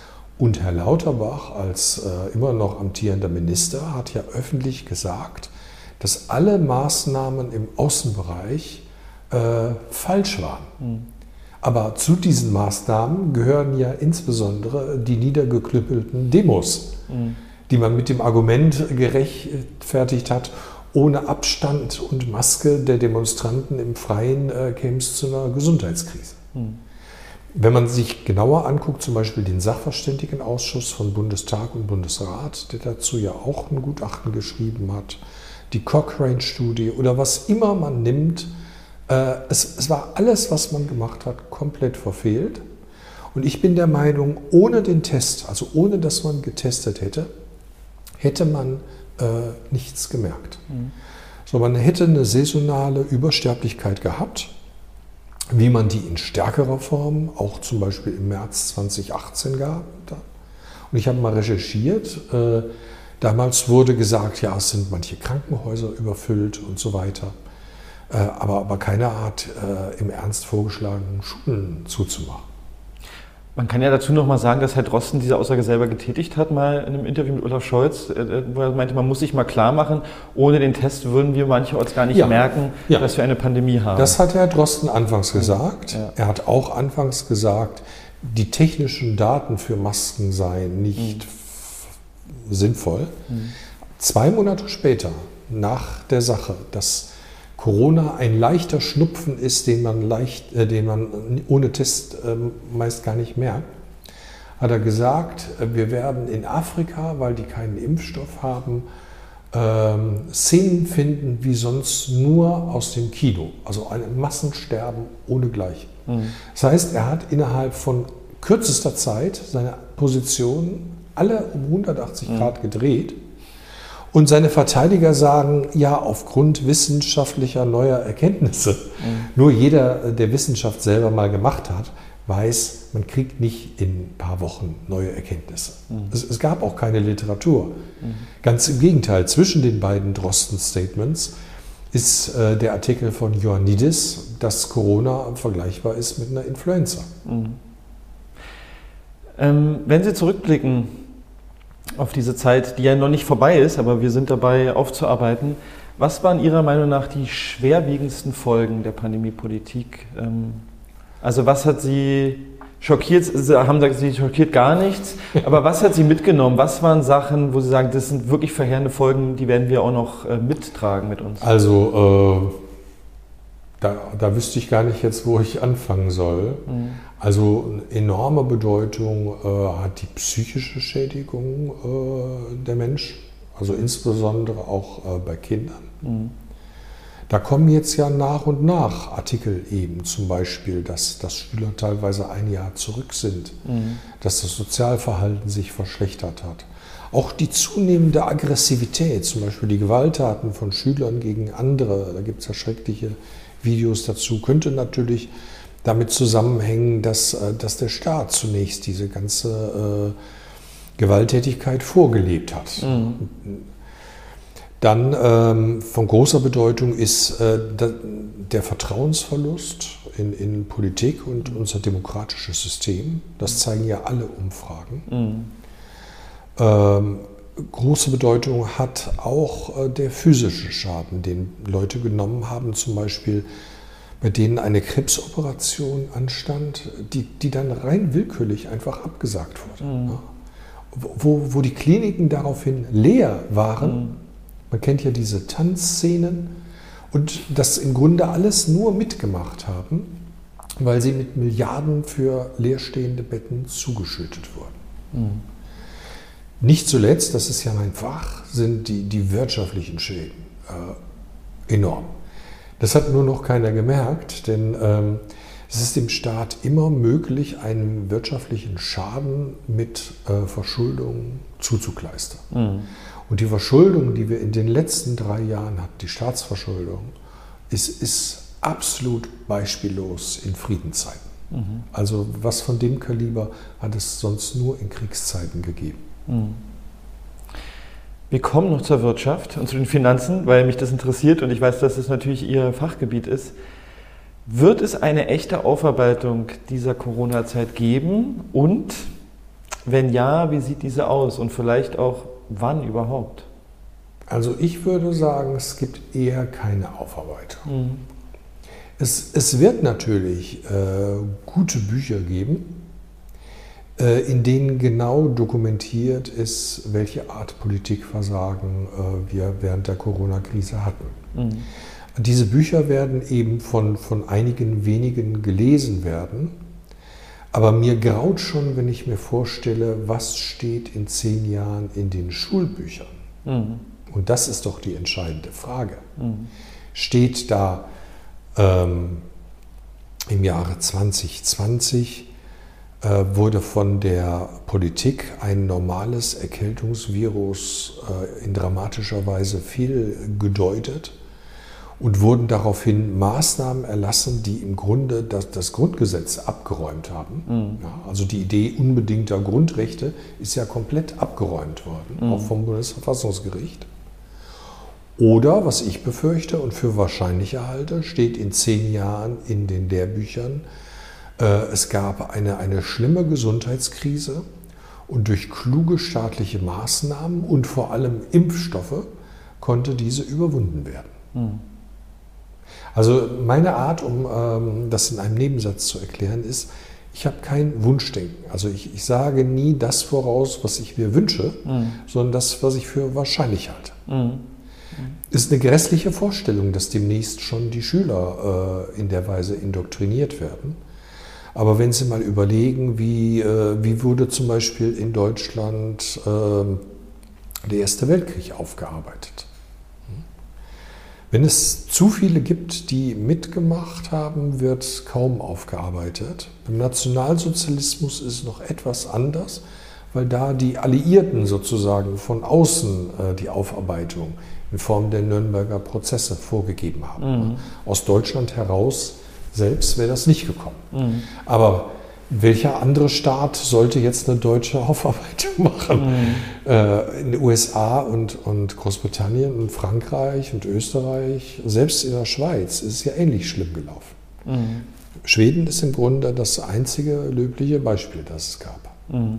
Und Herr Lauterbach als äh, immer noch amtierender Minister hat ja öffentlich gesagt, dass alle Maßnahmen im Außenbereich äh, falsch waren. Mhm. Aber zu diesen Maßnahmen gehören ja insbesondere die niedergeknüppelten Demos, mhm. die man mit dem Argument gerechtfertigt hat, ohne Abstand und Maske der Demonstranten im Freien äh, käme es zu einer Gesundheitskrise. Mhm. Wenn man sich genauer anguckt, zum Beispiel den Sachverständigenausschuss von Bundestag und Bundesrat, der dazu ja auch ein Gutachten geschrieben hat, die Cochrane-Studie oder was immer man nimmt, Äh, es, es war alles, was man gemacht hat, komplett verfehlt. Und ich bin der Meinung, ohne den Test, also ohne dass man getestet hätte, hätte man äh, nichts gemerkt. Mhm. So, man hätte eine saisonale Übersterblichkeit gehabt, wie man die in stärkerer Form auch zum Beispiel im März zweitausendachtzehn gab. Und ich habe mal recherchiert, äh, damals wurde gesagt, ja, es sind manche Krankenhäuser überfüllt und so weiter. Äh, aber, aber keiner hat äh, im Ernst vorgeschlagen, Schulen zuzumachen. Man kann ja dazu noch mal sagen, dass Herr Drosten diese Aussage selber getätigt hat, mal in einem Interview mit Olaf Scholz, wo er meinte, man muss sich mal klar machen, ohne den Test würden wir mancherorts gar nicht ja. merken, ja. dass wir eine Pandemie haben. Das hat Herr Drosten anfangs gesagt. Ja. Er hat auch anfangs gesagt, die technischen Daten für Masken seien nicht mhm. sinnvoll. Mhm. Zwei Monate später, nach der Sache, dass Corona ein leichter Schnupfen ist, den man, leicht, äh, den man ohne Test äh, meist gar nicht merkt, hat er gesagt, wir werden in Afrika, weil die keinen Impfstoff haben, ähm, Szenen finden wie sonst nur aus dem Kino. Also ein Massensterben ohnegleichen. Mhm. Das heißt, er hat innerhalb von kürzester Zeit seine Position alle um hundertachtzig mhm. Grad gedreht. Und seine Verteidiger sagen, ja, aufgrund wissenschaftlicher neuer Erkenntnisse. Mhm. Nur jeder, der Wissenschaft selber mal gemacht hat, weiß, man kriegt nicht in ein paar Wochen neue Erkenntnisse. Mhm. Es, es gab auch keine Literatur. Mhm. Ganz im Gegenteil, zwischen den beiden Drosten-Statements ist äh, der Artikel von Ioannidis, dass Corona vergleichbar ist mit einer Influenza. Mhm. Ähm, wenn Sie zurückblicken auf diese Zeit, die ja noch nicht vorbei ist, aber wir sind dabei aufzuarbeiten. Was waren Ihrer Meinung nach die schwerwiegendsten Folgen der Pandemiepolitik? Also was hat Sie schockiert? Sie haben gesagt, Sie schockiert gar nichts, aber was hat Sie mitgenommen? Was waren Sachen, wo Sie sagen, das sind wirklich verheerende Folgen, die werden wir auch noch mittragen mit uns? Also äh, da, da wüsste ich gar nicht jetzt, wo ich anfangen soll. Mhm. Also eine enorme Bedeutung äh, hat die psychische Schädigung äh, der Menschen, also insbesondere auch äh, bei Kindern. Mhm. Da kommen jetzt ja nach und nach Artikel eben, zum Beispiel, dass, dass Schüler teilweise ein Jahr zurück sind, mhm. dass das Sozialverhalten sich verschlechtert hat. Auch die zunehmende Aggressivität, zum Beispiel die Gewalttaten von Schülern gegen andere, da gibt es ja schreckliche Videos dazu, könnte natürlich damit zusammenhängen, dass, dass der Staat zunächst diese ganze äh, Gewalttätigkeit vorgelebt hat. Mhm. Dann ähm, von großer Bedeutung ist äh, der, der Vertrauensverlust in, in Politik und unser demokratisches System. Das zeigen ja alle Umfragen. Mhm. Ähm, große Bedeutung hat auch äh, der physische Schaden, den Leute genommen haben, zum Beispiel bei denen eine Krebsoperation anstand, die, die dann rein willkürlich einfach abgesagt wurde. Mhm. Ja. Wo, wo die Kliniken daraufhin leer waren, mhm. man kennt ja diese Tanzszenen, und das im Grunde alles nur mitgemacht haben, weil sie mit Milliarden für leerstehende Betten zugeschüttet wurden. Mhm. Nicht zuletzt, das ist ja mein Fach, sind die, die wirtschaftlichen Schäden äh, enorm. Das hat nur noch keiner gemerkt, denn ähm, es ist dem Staat immer möglich, einen wirtschaftlichen Schaden mit äh, Verschuldung zuzukleistern. Mhm. Und die Verschuldung, die wir in den letzten drei Jahren hatten, die Staatsverschuldung, ist, ist absolut beispiellos in Friedenszeiten. Mhm. Also was von dem Kaliber hat es sonst nur in Kriegszeiten gegeben. Mhm. Wir kommen noch zur Wirtschaft und zu den Finanzen, weil mich das interessiert und ich weiß, dass es natürlich Ihr Fachgebiet ist. Wird es eine echte Aufarbeitung dieser Corona-Zeit geben? Und wenn ja, wie sieht diese aus? Und vielleicht auch, wann überhaupt? Also ich würde sagen, es gibt eher keine Aufarbeitung. Mhm. Es, es wird natürlich äh, gute Bücher geben, in denen genau dokumentiert ist, welche Art Politikversagen wir während der Corona-Krise hatten. Mhm. Diese Bücher werden eben von, von einigen wenigen gelesen werden, aber mir graut schon, wenn ich mir vorstelle, was steht in zehn Jahren in den Schulbüchern. Mhm. Und das ist doch die entscheidende Frage. Mhm. Steht da Ähm, Im Jahre zwanzig zwanzig äh, wurde von der Politik ein normales Erkältungsvirus äh, in dramatischer Weise fehlgedeutet und wurden daraufhin Maßnahmen erlassen, die im Grunde das, das Grundgesetz abgeräumt haben. Mhm. Ja, also die Idee unbedingter Grundrechte ist ja komplett abgeräumt worden, mhm. auch vom Bundesverfassungsgericht. Oder, was ich befürchte und für wahrscheinlich halte, steht in zehn Jahren in den Lehrbüchern, äh, es gab eine, eine schlimme Gesundheitskrise und durch kluge staatliche Maßnahmen und vor allem Impfstoffe konnte diese überwunden werden. Mhm. Also meine Art, um ähm, das in einem Nebensatz zu erklären, ist, ich habe kein Wunschdenken. Also ich, ich sage nie das voraus, was ich mir wünsche, mhm. sondern das, was ich für wahrscheinlich halte. Mhm. Ist eine grässliche Vorstellung, dass demnächst schon die Schüler äh, in der Weise indoktriniert werden. Aber wenn Sie mal überlegen, wie, äh, wie wurde zum Beispiel in Deutschland äh, der Erste Weltkrieg aufgearbeitet. Wenn es zu viele gibt, die mitgemacht haben, wird kaum aufgearbeitet. Beim Nationalsozialismus ist es noch etwas anders, weil da die Alliierten sozusagen von außen äh, die Aufarbeitung in Form der Nürnberger Prozesse vorgegeben haben. Mhm. Aus Deutschland heraus selbst wäre das nicht gekommen. Mhm. Aber welcher andere Staat sollte jetzt eine deutsche Aufarbeitung machen? Mhm. Äh, in den U S A und, und Großbritannien und Frankreich und Österreich, selbst in der Schweiz ist es ja ähnlich schlimm gelaufen. Mhm. Schweden ist im Grunde das einzige löbliche Beispiel, das es gab. Mhm.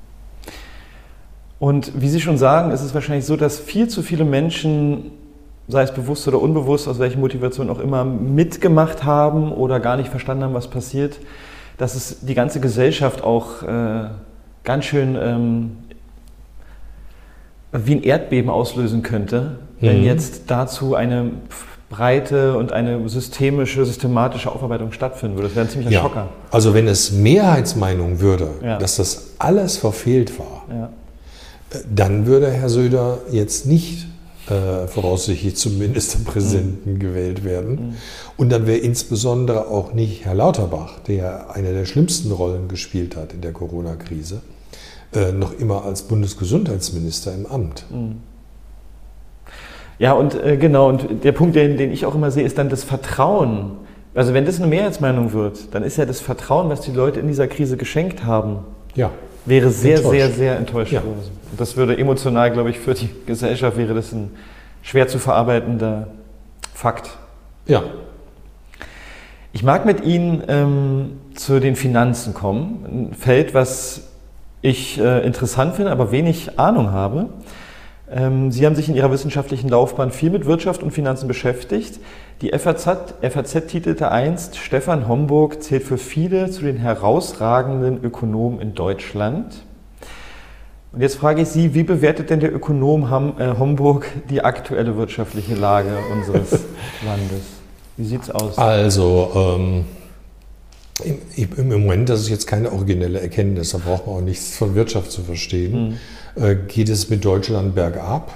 Und wie Sie schon sagen, ist es wahrscheinlich so, dass viel zu viele Menschen, sei es bewusst oder unbewusst, aus welchen Motivationen auch immer, mitgemacht haben oder gar nicht verstanden haben, was passiert, dass es die ganze Gesellschaft auch äh, ganz schön ähm, wie ein Erdbeben auslösen könnte, mhm. wenn jetzt dazu eine breite und eine systemische, systematische Aufarbeitung stattfinden würde. Das wäre ein ziemlicher ja. Schocker. Also wenn es Mehrheitsmeinung würde, ja. dass das alles verfehlt war, ja. dann würde Herr Söder jetzt nicht äh, voraussichtlich zum Ministerpräsidenten mhm. gewählt werden. Mhm. Und dann wäre insbesondere auch nicht Herr Lauterbach, der eine der schlimmsten Rollen gespielt hat in der Corona-Krise, äh, noch immer als Bundesgesundheitsminister im Amt. Mhm. Ja, und äh, genau, und der Punkt, den, den ich auch immer sehe, ist dann das Vertrauen. Also wenn das eine Mehrheitsmeinung wird, dann ist ja das Vertrauen, was die Leute in dieser Krise geschenkt haben, ja. wäre sehr, enttäuscht. sehr, sehr enttäuscht ja. gewesen. Das würde emotional, glaube ich, für die Gesellschaft wäre das ein schwer zu verarbeitender Fakt. Ja. Ich mag mit Ihnen ähm, zu den Finanzen kommen. Ein Feld, was ich äh, interessant finde, aber wenig Ahnung habe. Ähm, Sie haben sich in Ihrer wissenschaftlichen Laufbahn viel mit Wirtschaft und Finanzen beschäftigt. Die F A Z, F A Z titelte einst, Stefan Homburg zählt für viele zu den herausragenden Ökonomen in Deutschland. Und jetzt frage ich Sie, wie bewertet denn der Ökonom Ham, äh, Homburg die aktuelle wirtschaftliche Lage unseres Landes? Wie sieht es aus? Also, ähm, im, im Moment, das ist jetzt keine originelle Erkenntnis, da braucht man auch nichts von Wirtschaft zu verstehen, mhm. äh, geht es mit Deutschland bergab.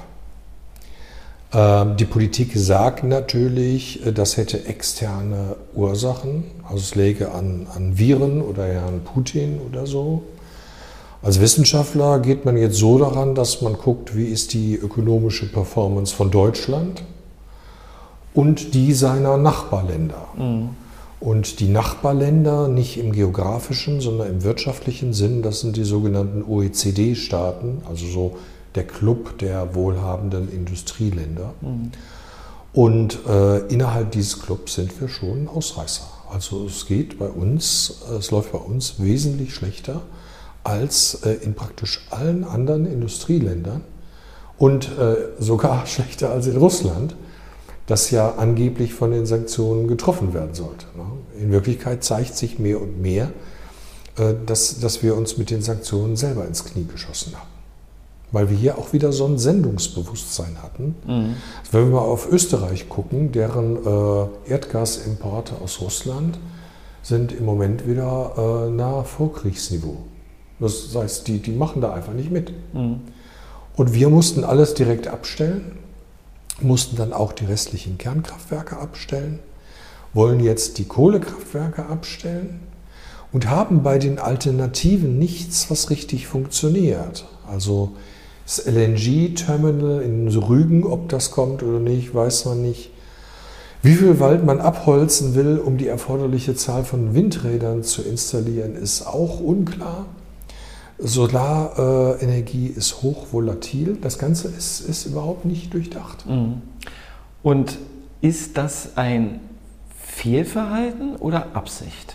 Die Politik sagt natürlich, das hätte externe Ursachen, also es läge an, an Viren oder Herrn Putin oder so. Als Wissenschaftler geht man jetzt so daran, dass man guckt, wie ist die ökonomische Performance von Deutschland und die seiner Nachbarländer. Mhm. Und die Nachbarländer nicht im geografischen, sondern im wirtschaftlichen Sinn, das sind die sogenannten O E C D-Staaten, also so der Club der wohlhabenden Industrieländer. Mhm. Und äh, innerhalb dieses Clubs sind wir schon Ausreißer. Also es geht bei uns, es läuft bei uns wesentlich schlechter als äh, in praktisch allen anderen Industrieländern und äh, sogar schlechter als in Russland, das ja angeblich von den Sanktionen getroffen werden sollte. Ne? In Wirklichkeit zeigt sich mehr und mehr, äh, dass, dass wir uns mit den Sanktionen selber ins Knie geschossen haben. Weil wir hier auch wieder so ein Sendungsbewusstsein hatten. Mhm. Wenn wir mal auf Österreich gucken, deren äh, Erdgasimporte aus Russland sind im Moment wieder äh, nahe Vorkriegsniveau. Das heißt, die, die machen da einfach nicht mit. Mhm. Und wir mussten alles direkt abstellen, mussten dann auch die restlichen Kernkraftwerke abstellen. wollen jetzt die Kohlekraftwerke abstellen und haben bei den Alternativen nichts, was richtig funktioniert. Also das L N G-Terminal in Rügen, ob das kommt oder nicht, weiß man nicht. Wie viel Wald man abholzen will, um die erforderliche Zahl von Windrädern zu installieren, ist auch unklar. Solarenergie ist hochvolatil. Das Ganze ist, ist überhaupt nicht durchdacht. Und ist das ein Fehlverhalten oder Absicht?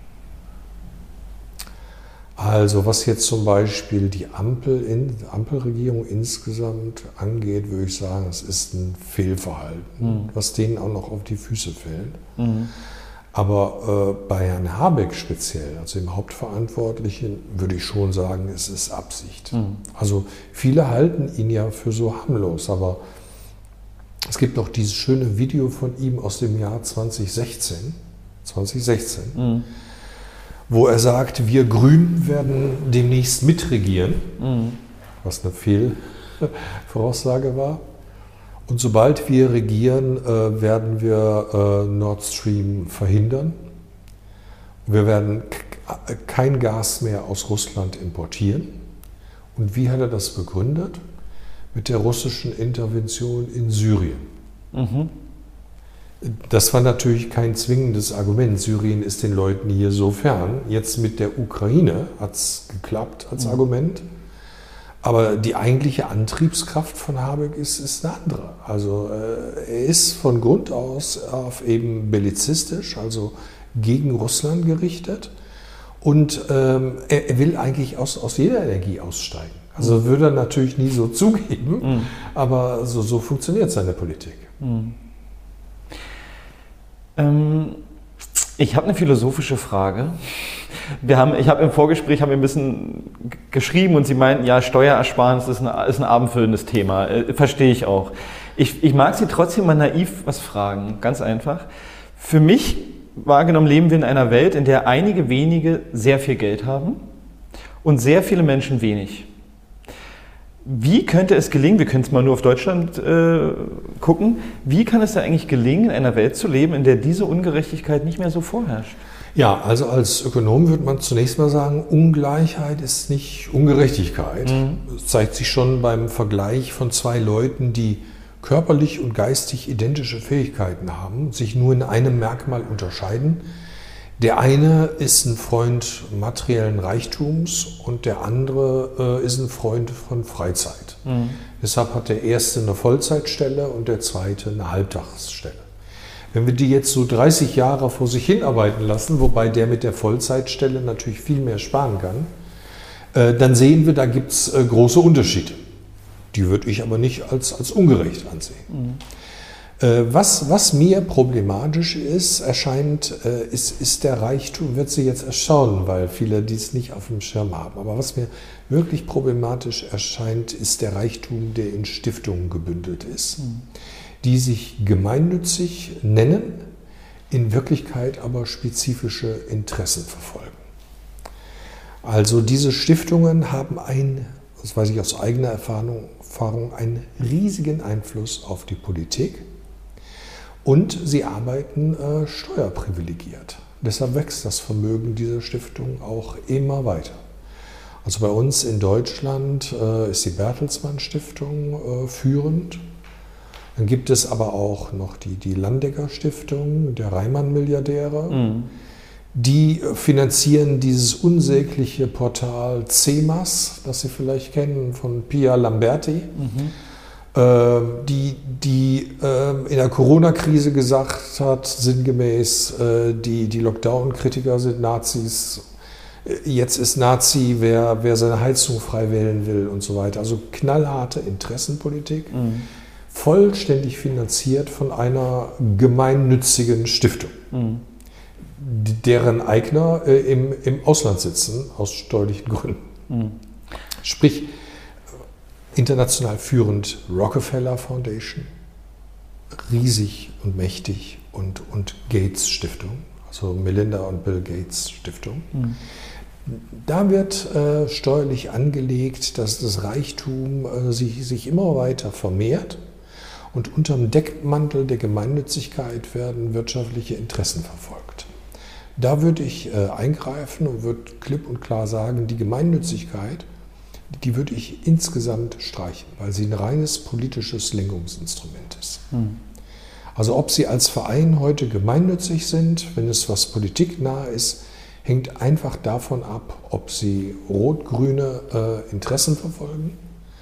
Also was jetzt zum Beispiel die Ampel in, Ampelregierung insgesamt angeht, würde ich sagen, es ist ein Fehlverhalten, mhm. was denen auch noch auf die Füße fällt. Mhm. Aber äh, bei Herrn Habeck speziell, also dem Hauptverantwortlichen, würde ich schon sagen, es ist Absicht. Mhm. Also viele halten ihn ja für so harmlos, aber es gibt noch dieses schöne Video von ihm aus dem Jahr zwanzig sechzehn, zwanzig sechzehn mhm. wo er sagt, wir Grünen werden demnächst mitregieren, mhm. was eine Fehlvoraussage war. Und sobald wir regieren, äh, werden wir äh, Nord Stream verhindern. Wir werden k- kein Gas mehr aus Russland importieren. Und wie hat er das begründet? Mit der russischen Intervention in Syrien. Mhm. Das war natürlich kein zwingendes Argument. Syrien ist den Leuten hier so fern. Jetzt mit der Ukraine hat es geklappt als mhm. Argument. Aber die eigentliche Antriebskraft von Habeck ist, ist eine andere. Also äh, er ist von Grund aus auf eben bellizistisch, also gegen Russland gerichtet. Und ähm, er, er will eigentlich aus, aus jeder Energie aussteigen. Also mhm. würde er natürlich nie so zugeben, mhm. aber so, so funktioniert seine Politik. Mhm. Ähm, ich habe eine philosophische Frage. Wir haben, ich habe im Vorgespräch haben wir ein bisschen geschrieben und Sie meinten, ja, Steuerersparnis ist, eine, ist ein abendfüllendes Thema. Äh, verstehe ich auch. Ich, ich mag Sie trotzdem mal naiv was fragen, ganz einfach. Für mich wahrgenommen leben wir in einer Welt, in der einige wenige sehr viel Geld haben und sehr viele Menschen wenig. Wie könnte es gelingen, wir können es mal nur auf Deutschland äh, gucken, wie kann es da eigentlich gelingen, in einer Welt zu leben, in der diese Ungerechtigkeit nicht mehr so vorherrscht? Ja, also als Ökonom würde man zunächst mal sagen, Ungleichheit ist nicht Ungerechtigkeit. Mhm. Das zeigt sich schon beim Vergleich von zwei Leuten, die körperlich und geistig identische Fähigkeiten haben, sich nur in einem Merkmal unterscheiden. Der eine ist ein Freund materiellen Reichtums und der andere äh, ist ein Freund von Freizeit. Mhm. Deshalb hat der erste eine Vollzeitstelle und der zweite eine Halbtagsstelle. Wenn wir die jetzt so dreißig Jahre vor sich hinarbeiten lassen, wobei der mit der Vollzeitstelle natürlich viel mehr sparen kann, äh, dann sehen wir, da gibt es äh, große Unterschiede. Die würde ich aber nicht als, als ungerecht ansehen. Mhm. Was, was mir problematisch ist, erscheint, ist, ist der Reichtum, wird Sie jetzt erstaunen, weil viele dies nicht auf dem Schirm haben. Aber was mir wirklich problematisch erscheint, ist der Reichtum, der in Stiftungen gebündelt ist, mhm. die sich gemeinnützig nennen, in Wirklichkeit aber spezifische Interessen verfolgen. Also diese Stiftungen haben ein, das weiß ich aus eigener Erfahrung, Erfahrung einen riesigen Einfluss auf die Politik. Und sie arbeiten äh, steuerprivilegiert. Deshalb wächst das Vermögen dieser Stiftung auch immer weiter. Also bei uns in Deutschland äh, ist die Bertelsmann Stiftung äh, führend. Dann gibt es aber auch noch die, die Landecker Stiftung, der Reimann-Milliardäre. Mhm. Die finanzieren dieses unsägliche Portal C E M A S, das Sie vielleicht kennen, von Pia Lamberti. Mhm. Die, die in der Corona-Krise gesagt hat, sinngemäß, die, die Lockdown-Kritiker sind Nazis, jetzt ist Nazi, wer, wer seine Heizung frei wählen will und so weiter. Also knallharte Interessenpolitik, mhm. vollständig finanziert von einer gemeinnützigen Stiftung, mhm. deren Eigner im, im Ausland sitzen, aus steuerlichen Gründen. Mhm. Sprich, international führend Rockefeller Foundation, riesig und mächtig, und, und Gates Stiftung, also Melinda und Bill Gates Stiftung. Mhm. Da wird äh, steuerlich angelegt, dass das Reichtum äh, sich, sich immer weiter vermehrt und unterm Deckmantel der Gemeinnützigkeit werden wirtschaftliche Interessen verfolgt. Da würde ich äh, eingreifen und würde klipp und klar sagen, die Gemeinnützigkeit, die würde ich insgesamt streichen, weil sie ein reines politisches Lenkungsinstrument ist. Hm. Also ob Sie als Verein heute gemeinnützig sind, wenn es was politiknah ist, hängt einfach davon ab, ob Sie rot-grüne äh, Interessen verfolgen,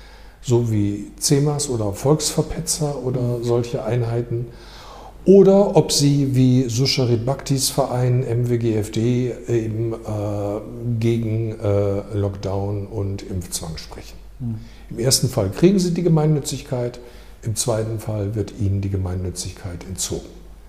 so wie C E M A S oder Volksverpetzer oder solche Einheiten, oder ob Sie wie Susharit Bhaktis Verein M W G F D eben äh, gegen äh, Lockdown und Impfzwang sprechen. Mhm. Im ersten Fall kriegen Sie die Gemeinnützigkeit, im zweiten Fall wird Ihnen die Gemeinnützigkeit entzogen.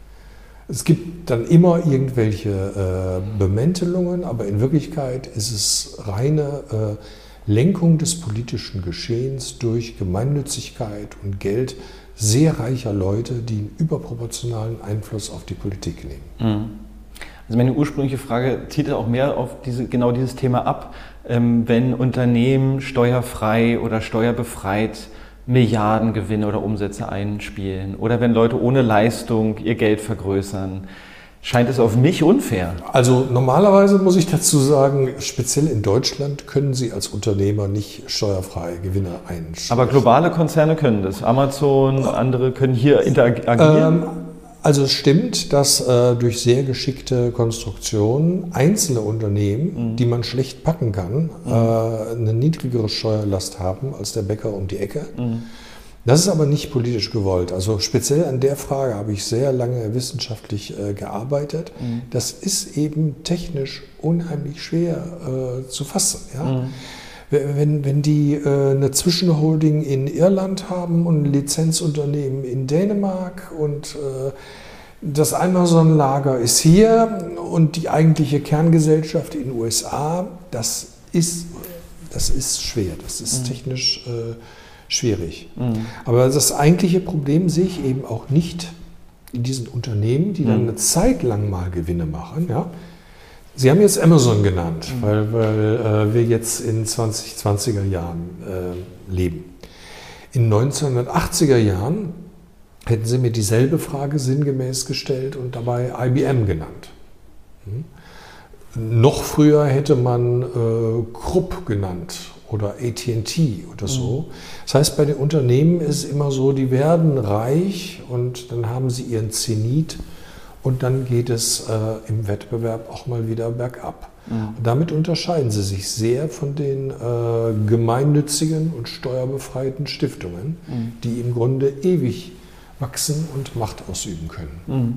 Es gibt dann immer irgendwelche äh, Bemäntelungen, aber in Wirklichkeit ist es reine äh, Lenkung des politischen Geschehens durch Gemeinnützigkeit und Geld sehr reicher Leute, die einen überproportionalen Einfluss auf die Politik nehmen. Also meine ursprüngliche Frage zielt auch mehr auf diese, genau dieses Thema ab, ähm, wenn Unternehmen steuerfrei oder steuerbefreit Milliardengewinne oder Umsätze einspielen oder wenn Leute ohne Leistung ihr Geld vergrößern. Scheint es auf mich unfair? Also normalerweise muss ich dazu sagen, speziell in Deutschland können Sie als Unternehmer nicht steuerfrei Gewinne einstellen. Aber globale Konzerne können das. Amazon, andere können hier interagieren? Ähm, also es stimmt, dass äh, durch sehr geschickte Konstruktionen einzelne Unternehmen, mhm. die man schlecht packen kann, mhm. äh, eine niedrigere Steuerlast haben als der Bäcker um die Ecke. Mhm. Das ist aber nicht politisch gewollt. Also speziell an der Frage habe ich sehr lange wissenschaftlich äh, gearbeitet. Mhm. Das ist eben technisch unheimlich schwer äh, zu fassen. Ja? Mhm. Wenn, wenn die äh, eine Zwischenholding in Irland haben und ein Lizenzunternehmen in Dänemark und äh, das Amazon-Lager ist hier und die eigentliche Kerngesellschaft in den U S A, das ist, das ist schwer, das ist mhm. technisch äh, schwierig. Mhm. Aber das eigentliche Problem sehe ich eben auch nicht in diesen Unternehmen, die dann eine Zeit lang mal Gewinne machen. Ja? Sie haben jetzt Amazon genannt, mhm. weil, weil äh, wir jetzt in zwanzig zwanziger Jahren äh, leben. In neunzehnhundertachtziger Jahren hätten Sie mir dieselbe Frage sinngemäß gestellt und dabei I B M genannt. Mhm. Noch früher hätte man äh, Krupp genannt oder A T and T oder so. Mhm. Das heißt, bei den Unternehmen ist es immer so, die werden reich und dann haben sie ihren Zenit und dann geht es äh, im Wettbewerb auch mal wieder bergab. Mhm. Und damit unterscheiden sie sich sehr von den äh, gemeinnützigen und steuerbefreiten Stiftungen, mhm. die im Grunde ewig wachsen und Macht ausüben können. Mhm.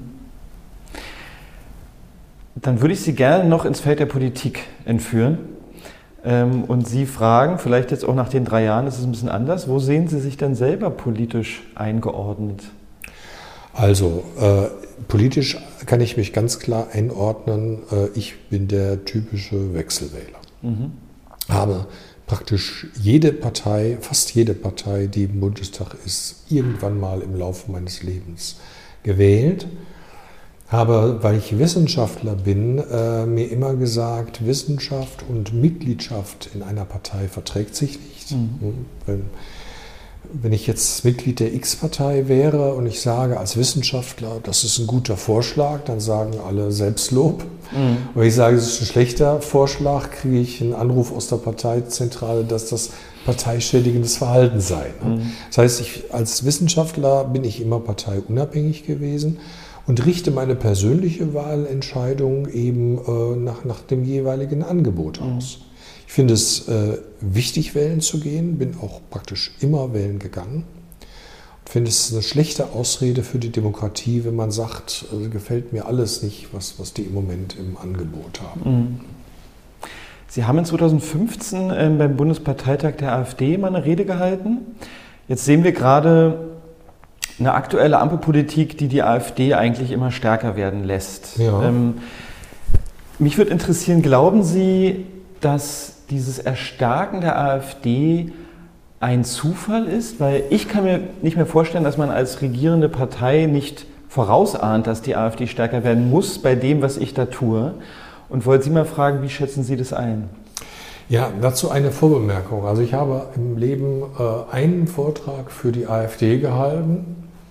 Dann würde ich Sie gerne noch ins Feld der Politik entführen. Und Sie fragen, vielleicht jetzt auch nach den drei Jahren ist es ein bisschen anders, wo sehen Sie sich denn selber politisch eingeordnet? Also äh, politisch kann ich mich ganz klar einordnen, äh, ich bin der typische Wechselwähler. Mhm. Habe praktisch jede Partei, fast jede Partei, die im Bundestag ist, irgendwann mal im Laufe meines Lebens gewählt. Habe, weil ich Wissenschaftler bin, äh, mir immer gesagt, Wissenschaft und Mitgliedschaft in einer Partei verträgt sich nicht. Mhm. Wenn, wenn ich jetzt Mitglied der X-Partei wäre und ich sage als Wissenschaftler, das ist ein guter Vorschlag, dann sagen alle Selbstlob. Mhm. Wenn ich sage, es ist ein schlechter Vorschlag, kriege ich einen Anruf aus der Parteizentrale, dass das parteischädigendes Verhalten sei. Mhm. Das heißt, ich, als Wissenschaftler bin ich immer parteiunabhängig gewesen und richte meine persönliche Wahlentscheidung eben äh, nach, nach dem jeweiligen Angebot aus. Mhm. Ich finde es äh, wichtig, wählen zu gehen, bin auch praktisch immer wählen gegangen. Ich finde es eine schlechte Ausrede für die Demokratie, wenn man sagt, äh, gefällt mir alles nicht, was, was die im Moment im Angebot haben. Mhm. Sie haben in zweitausendfünfzehn äh, beim Bundesparteitag der AfD mal eine Rede gehalten. Jetzt sehen wir gerade eine aktuelle Ampelpolitik, die die AfD eigentlich immer stärker werden lässt. Ja. Ähm, mich würde interessieren, glauben Sie, dass dieses Erstarken der AfD ein Zufall ist? Weil ich kann mir nicht mehr vorstellen, dass man als regierende Partei nicht vorausahnt, dass die AfD stärker werden muss bei dem, was ich da tue. Und wollte Sie mal fragen, wie schätzen Sie das ein? Ja, dazu eine Vorbemerkung. Also ich habe im Leben äh, einen Vortrag für die AfD gehalten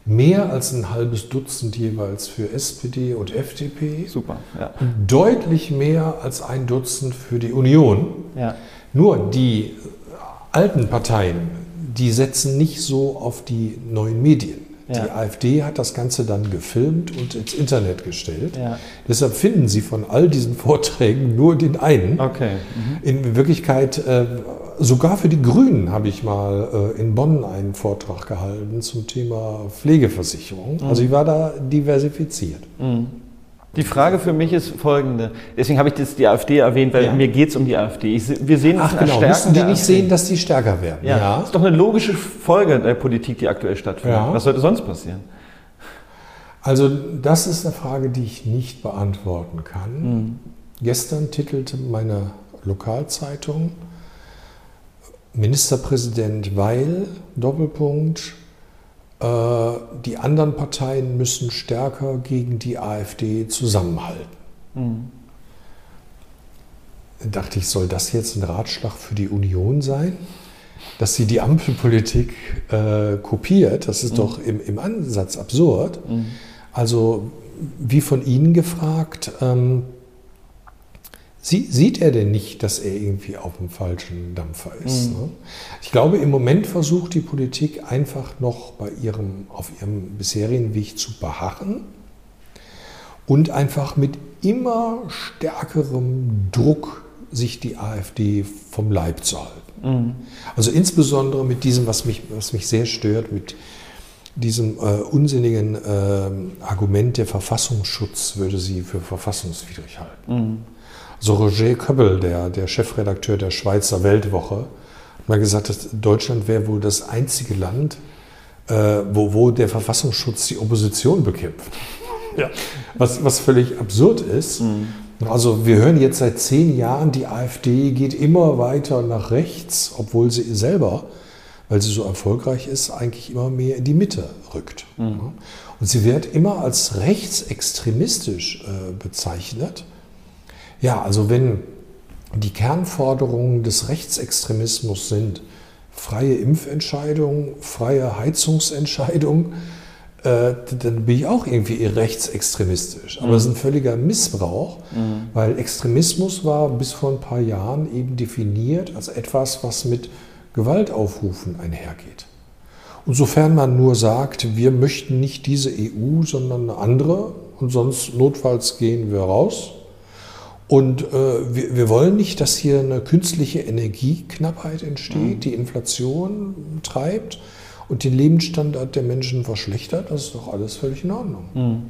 mehr als ein halbes Dutzend jeweils für S P D und F D P. Super, ja. Deutlich mehr als ein Dutzend für die Union. Ja. Nur die alten Parteien, die setzen nicht so auf die neuen Medien. Ja. Die AfD hat das Ganze dann gefilmt und ins Internet gestellt. Ja. Deshalb finden Sie von all diesen Vorträgen nur den einen. Okay. Mhm. In Wirklichkeit, äh, sogar für die Grünen habe ich mal äh, in Bonn einen Vortrag gehalten zum Thema Pflegeversicherung. Mhm. Also ich war da diversifiziert. Mhm. Die Frage für mich ist folgende. Deswegen habe ich das, die AfD erwähnt, weil ja. mir geht es um die AfD. Ich, wir sehen Ach ein genau, müssen die nicht sehen, dass die stärker werden? Ja. ja. Das ist doch eine logische Folge der Politik, die aktuell stattfindet. Ja. Was sollte sonst passieren? Also das ist eine Frage, die ich nicht beantworten kann. Mhm. Gestern titelte meine Lokalzeitung Ministerpräsident Weil, Doppelpunkt, die anderen Parteien müssen stärker gegen die AfD zusammenhalten. Mhm. Da dachte ich, soll das jetzt ein Ratschlag für die Union sein? Dass sie die Ampelpolitik äh, kopiert, das ist mhm. doch im, im Ansatz absurd. Mhm. Also wie von Ihnen gefragt, ähm, Sie, sieht er denn nicht, dass er irgendwie auf dem falschen Dampfer ist? Mhm. Ne? Ich glaube, im Moment versucht die Politik einfach noch bei ihrem, auf ihrem bisherigen Weg zu beharren und einfach mit immer stärkerem Druck sich die AfD vom Leib zu halten. Mhm. Also insbesondere mit diesem, was mich, was mich sehr stört, mit diesem äh, unsinnigen äh, Argument, der Verfassungsschutz würde sie für verfassungswidrig halten. Mhm. So Roger Köppel, der, der Chefredakteur der Schweizer Weltwoche, hat mal gesagt, dass Deutschland wäre wohl das einzige Land, äh, wo, wo der Verfassungsschutz die Opposition bekämpft. Ja. Was, was völlig absurd ist. Mhm. Also wir hören jetzt seit zehn Jahren, die AfD geht immer weiter nach rechts, obwohl sie selber, weil sie so erfolgreich ist, eigentlich immer mehr in die Mitte rückt. Mhm. Und sie wird immer als rechtsextremistisch äh, bezeichnet. Ja, also wenn die Kernforderungen des Rechtsextremismus sind freie Impfentscheidung, freie Heizungsentscheidung, äh, dann bin ich auch irgendwie rechtsextremistisch. Aber mhm. das ist ein völliger Missbrauch, mhm. weil Extremismus war bis vor ein paar Jahren eben definiert als etwas, was mit Gewaltaufrufen einhergeht. Und sofern man nur sagt, wir möchten nicht diese E U, sondern eine andere und sonst notfalls gehen wir raus. Und äh, wir, wir wollen nicht, dass hier eine künstliche Energieknappheit entsteht, mhm. die Inflation treibt und den Lebensstandard der Menschen verschlechtert. Das ist doch alles völlig in Ordnung. Mhm.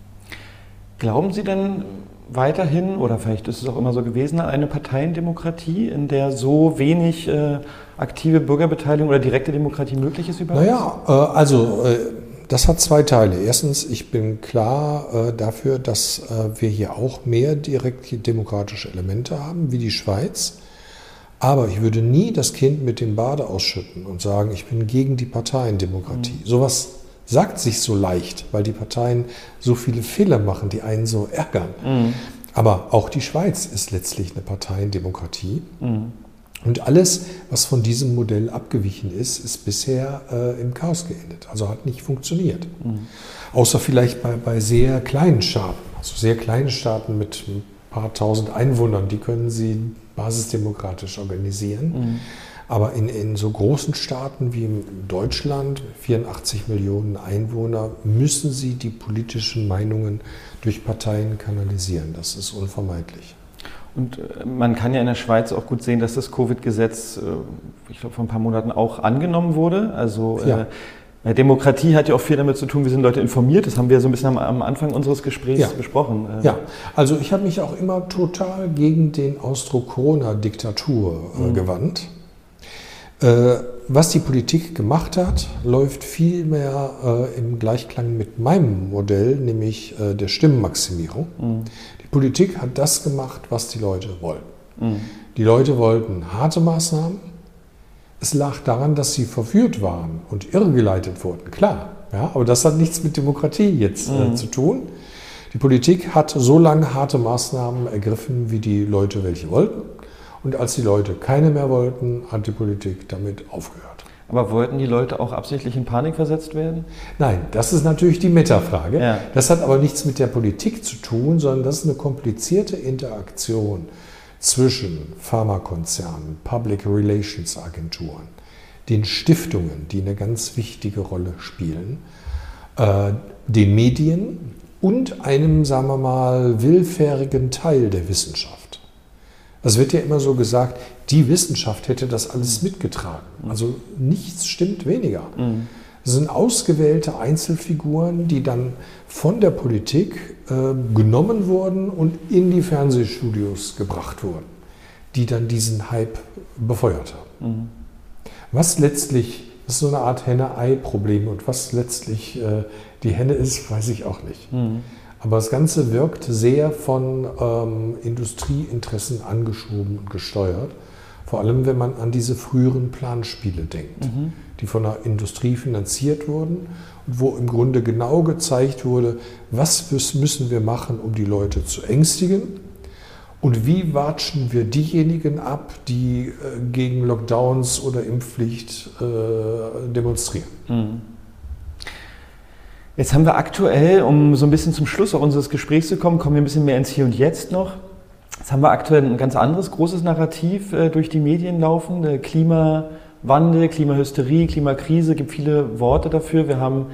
Glauben Sie denn weiterhin, oder vielleicht ist es auch immer so gewesen, an eine Parteiendemokratie, in der so wenig äh, aktive Bürgerbeteiligung oder direkte Demokratie möglich ist überhaupt? Naja, äh, also... Äh, Das hat zwei Teile. Erstens, ich bin klar äh, dafür, dass äh, wir hier auch mehr direkte demokratische Elemente haben, wie die Schweiz. Aber ich würde nie das Kind mit dem Bade ausschütten und sagen, ich bin gegen die Parteiendemokratie. Mhm. Sowas sagt sich so leicht, weil die Parteien so viele Fehler machen, die einen so ärgern. Mhm. Aber auch die Schweiz ist letztlich eine Parteiendemokratie. Mhm. Und alles, was von diesem Modell abgewichen ist, ist bisher äh, im Chaos geendet. Also hat nicht funktioniert. Mhm. Außer vielleicht bei, bei sehr kleinen Staaten. Also sehr kleine Staaten mit ein paar tausend Einwohnern, die können sie basisdemokratisch organisieren. Mhm. Aber in, in so großen Staaten wie in Deutschland, vierundachtzig Millionen Einwohner, müssen sie die politischen Meinungen durch Parteien kanalisieren. Das ist unvermeidlich. Und man kann ja in der Schweiz auch gut sehen, dass das Covid-Gesetz, ich glaube, vor ein paar Monaten auch angenommen wurde. Also ja. äh, Demokratie hat ja auch viel damit zu tun, wie sind Leute informiert. Das haben wir so ein bisschen am, am Anfang unseres Gesprächs ja. besprochen. Ja, also ich habe mich auch immer total gegen den Ausdruck Corona-Diktatur äh, mhm. gewandt. Äh, was die Politik gemacht hat, läuft vielmehr äh, im Gleichklang mit meinem Modell, nämlich äh, der Stimmenmaximierung. Mhm. Politik hat das gemacht, was die Leute wollten. Mhm. Die Leute wollten harte Maßnahmen. Es lag daran, dass sie verführt waren und irregeleitet wurden, klar. Ja, aber das hat nichts mit Demokratie jetzt mhm. äh, zu tun. Die Politik hat so lange harte Maßnahmen ergriffen, wie die Leute welche wollten. Und als die Leute keine mehr wollten, hat die Politik damit aufgehört. Aber wollten die Leute auch absichtlich in Panik versetzt werden? Nein, das ist natürlich die Metafrage. Ja. Das hat aber nichts mit der Politik zu tun, sondern das ist eine komplizierte Interaktion zwischen Pharmakonzernen, Public Relations Agenturen, den Stiftungen, die eine ganz wichtige Rolle spielen, äh, den Medien und einem, sagen wir mal, willfährigen Teil der Wissenschaft. Es wird ja immer so gesagt, die Wissenschaft hätte das alles mitgetragen. Also nichts stimmt weniger. Mhm. Es sind ausgewählte Einzelfiguren, die dann von der Politik äh, genommen wurden und in die Fernsehstudios gebracht wurden, die dann diesen Hype befeuert haben. Mhm. Was letztlich, das ist so eine Art Henne-Ei-Problem und was letztlich äh, die Henne ist, weiß ich auch nicht. Mhm. Aber das Ganze wirkt sehr von ähm, Industrieinteressen angeschoben und gesteuert. Vor allem, wenn man an diese früheren Planspiele denkt, mhm. die von der Industrie finanziert wurden und wo im Grunde genau gezeigt wurde, was müssen wir machen, um die Leute zu ängstigen und wie watschen wir diejenigen ab, die äh, gegen Lockdowns oder Impfpflicht äh, demonstrieren. Mhm. Jetzt haben wir aktuell, um so ein bisschen zum Schluss auch unseres Gesprächs zu kommen, kommen wir ein bisschen mehr ins Hier und Jetzt noch. Jetzt haben wir aktuell ein ganz anderes großes Narrativ äh, durch die Medien laufen. Äh, Klimawandel, Klimahysterie, Klimakrise, gibt viele Worte dafür. Wir haben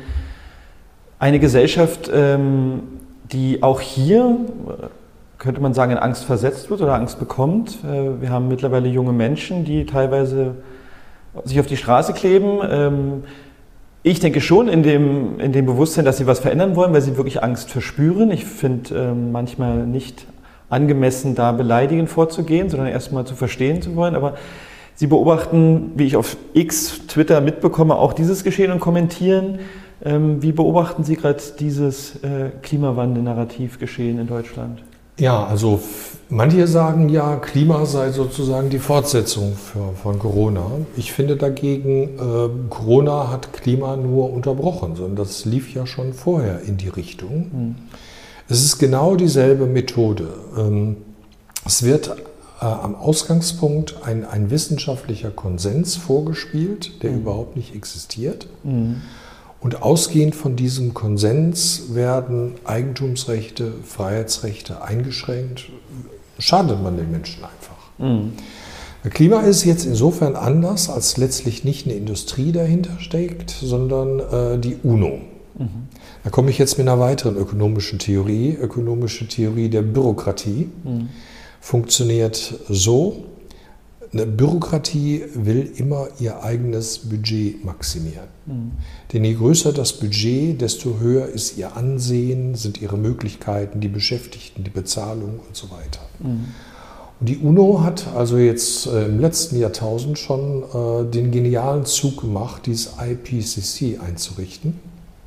eine Gesellschaft, ähm, die auch hier, könnte man sagen, in Angst versetzt wird oder Angst bekommt. Äh, wir haben mittlerweile junge Menschen, die teilweise sich auf die Straße kleben. Ähm, Ich denke schon in dem, in dem Bewusstsein, dass sie was verändern wollen, weil sie wirklich Angst verspüren. Ich finde ähm, manchmal nicht angemessen, da beleidigend vorzugehen, sondern erstmal zu verstehen zu wollen. Aber sie beobachten, wie ich auf X, Twitter mitbekomme, auch dieses Geschehen und kommentieren. Ähm, wie beobachten Sie gerade dieses äh, Klimawandel-Narrativ-Geschehen in Deutschland? Ja, also manche sagen ja, Klima sei sozusagen die Fortsetzung für, von Corona. Ich finde dagegen, äh, Corona hat Klima nur unterbrochen, sondern das lief ja schon vorher in die Richtung. Mhm. Es ist genau dieselbe Methode. Ähm, es wird äh, am Ausgangspunkt ein, ein wissenschaftlicher Konsens vorgespielt, der mhm. überhaupt nicht existiert. Mhm. Und ausgehend von diesem Konsens werden Eigentumsrechte, Freiheitsrechte eingeschränkt. Schadet man den Menschen einfach. Mhm. Klima ist jetzt insofern anders, als letztlich nicht eine Industrie dahinter steckt, sondern äh, die UNO. Mhm. Da komme ich jetzt mit einer weiteren ökonomischen Theorie. Ökonomische Theorie der Bürokratie mhm. funktioniert so. Eine Bürokratie will immer ihr eigenes Budget maximieren. Mhm. Denn je größer das Budget, desto höher ist ihr Ansehen, sind ihre Möglichkeiten, die Beschäftigten, die Bezahlung und so weiter. Mhm. Und die UNO hat also jetzt äh, im letzten Jahrtausend schon äh, den genialen Zug gemacht, dieses I P C C einzurichten.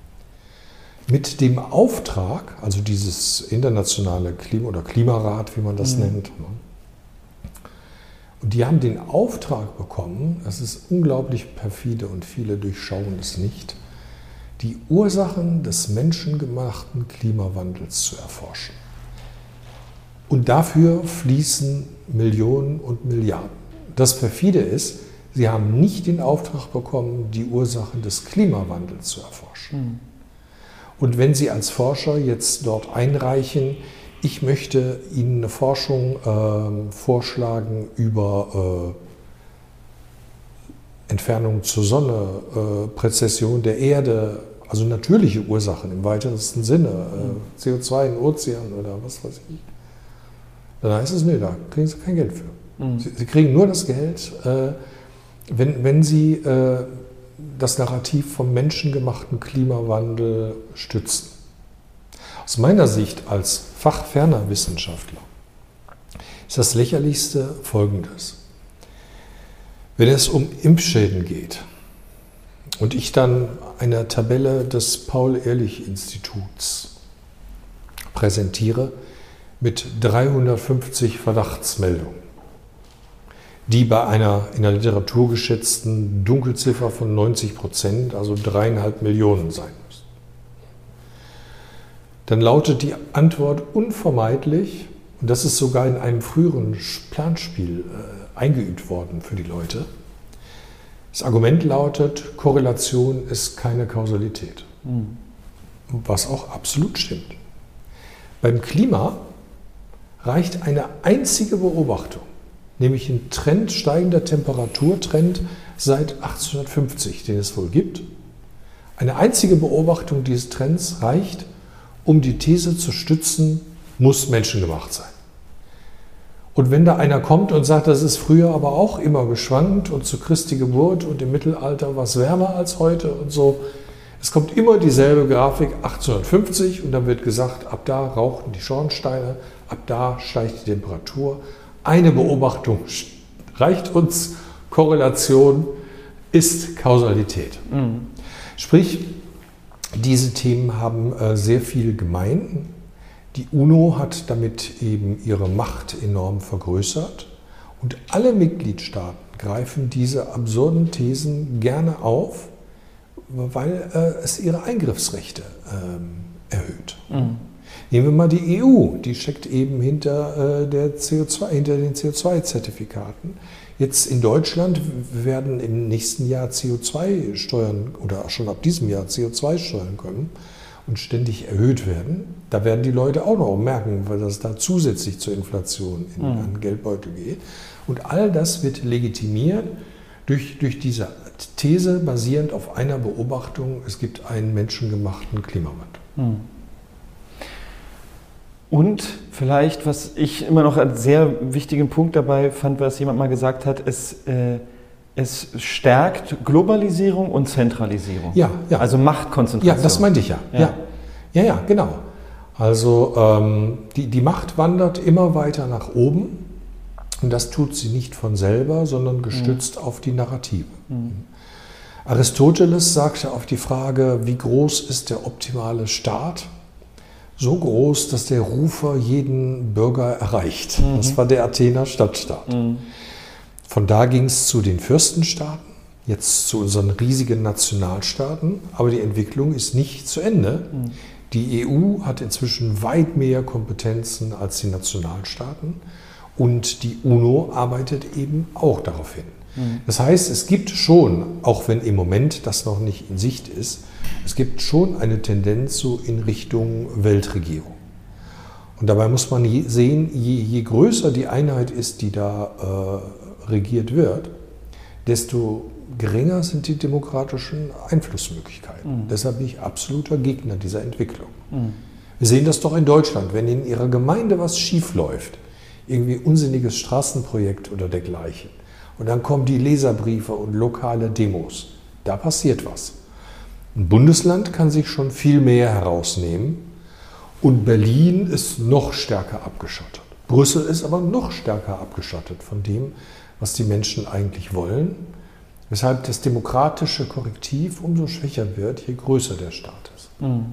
Mit dem Auftrag, also dieses internationale Klima- oder Klimarat, wie man das mhm. nennt, ne? Und die haben den Auftrag bekommen, das ist unglaublich perfide und viele durchschauen es nicht, die Ursachen des menschengemachten Klimawandels zu erforschen. Und dafür fließen Millionen und Milliarden. Das perfide ist, sie haben nicht den Auftrag bekommen, die Ursachen des Klimawandels zu erforschen. Mhm. Und wenn Sie als Forscher jetzt dort einreichen, ich möchte Ihnen eine Forschung äh, vorschlagen über äh, Entfernung zur Sonne, äh, Präzession der Erde, also natürliche Ursachen im weitesten Sinne, äh, C O zwei in Ozeanen oder was weiß ich. Dann heißt es, nee, da kriegen Sie kein Geld für. Mhm. Sie, Sie kriegen nur das Geld, äh, wenn, wenn Sie äh, das Narrativ vom menschengemachten Klimawandel stützen. Aus meiner Sicht als fachferner Wissenschaftler ist das Lächerlichste Folgendes. Wenn es um Impfschäden geht und ich dann eine Tabelle des Paul-Ehrlich-Instituts präsentiere mit dreihundertfünfzig Verdachtsmeldungen, die bei einer in der Literatur geschätzten Dunkelziffer von neunzig Prozent, also dreieinhalb Millionen sein müssen. Dann lautet die Antwort unvermeidlich, und das ist sogar in einem früheren Planspiel äh, eingeübt worden für die Leute, Das Argument lautet, Korrelation ist keine Kausalität. Mhm. Was auch absolut stimmt. Beim Klima reicht eine einzige Beobachtung, nämlich ein Trend, steigender Temperaturtrend seit achtzehnhundertfünfzig, den es wohl gibt. Eine einzige Beobachtung dieses Trends reicht, um die These zu stützen, muss menschengemacht sein. Und wenn da einer kommt und sagt, das ist früher aber auch immer geschwankt und zu Christi Geburt und im Mittelalter war es wärmer als heute und so, es kommt immer dieselbe Grafik, achtzehnhundertfünfzig, und dann wird gesagt, ab da rauchten die Schornsteine, ab da steigt die Temperatur. Eine Beobachtung reicht uns, Korrelation ist Kausalität. Mhm. Sprich, diese Themen haben äh, sehr viel gemein. Die UNO hat damit eben ihre Macht enorm vergrößert und alle Mitgliedstaaten greifen diese absurden Thesen gerne auf, weil äh, es ihre Eingriffsrechte ähm, erhöht. Mhm. Nehmen wir mal die E U, die steckt eben hinter, äh, der C O zwei, hinter den C O zwei Zertifikaten. Jetzt in Deutschland werden im nächsten Jahr C O zwei Steuern oder schon ab diesem Jahr C O zwei Steuern kommen und ständig erhöht werden. Da werden die Leute auch noch merken, weil das da zusätzlich zur Inflation in mhm. einen Geldbeutel geht. Und all das wird legitimiert durch, durch diese These basierend auf einer Beobachtung, es gibt einen menschengemachten Klimawandel. Mhm. Und vielleicht, was ich immer noch als sehr wichtigen Punkt dabei fand, was jemand mal gesagt hat, es, äh, es stärkt Globalisierung und Zentralisierung. Ja, ja. Also Machtkonzentration. Ja, das meinte ich ja. Ja, ja, ja, ja genau. Also ähm, die, die Macht wandert immer weiter nach oben und das tut sie nicht von selber, sondern gestützt mhm. auf die Narrative. Mhm. Aristoteles sagte auf die Frage, wie groß ist der optimale Staat? So groß, dass der Rufer jeden Bürger erreicht. Mhm. Das war der Athener Stadtstaat. Mhm. Von da ging es zu den Fürstenstaaten, jetzt zu unseren riesigen Nationalstaaten. Aber die Entwicklung ist nicht zu Ende. Mhm. Die E U hat inzwischen weit mehr Kompetenzen als die Nationalstaaten. Und die UNO arbeitet eben auch darauf hin. Mhm. Das heißt, es gibt schon, auch wenn im Moment das noch nicht in Sicht ist, es gibt schon eine Tendenz so in Richtung Weltregierung. Und dabei muss man sehen, je, je größer die Einheit ist, die da äh, regiert wird, desto geringer sind die demokratischen Einflussmöglichkeiten. Mhm. Deshalb bin ich absoluter Gegner dieser Entwicklung. Mhm. Wir sehen das doch in Deutschland, wenn in Ihrer Gemeinde was schief läuft, irgendwie unsinniges Straßenprojekt oder dergleichen, und dann kommen die Leserbriefe und lokale Demos, da passiert was. Ein Bundesland kann sich schon viel mehr herausnehmen und Berlin ist noch stärker abgeschottet. Brüssel ist aber noch stärker abgeschottet von dem, was die Menschen eigentlich wollen, weshalb das demokratische Korrektiv umso schwächer wird, je größer der Staat ist. Mhm.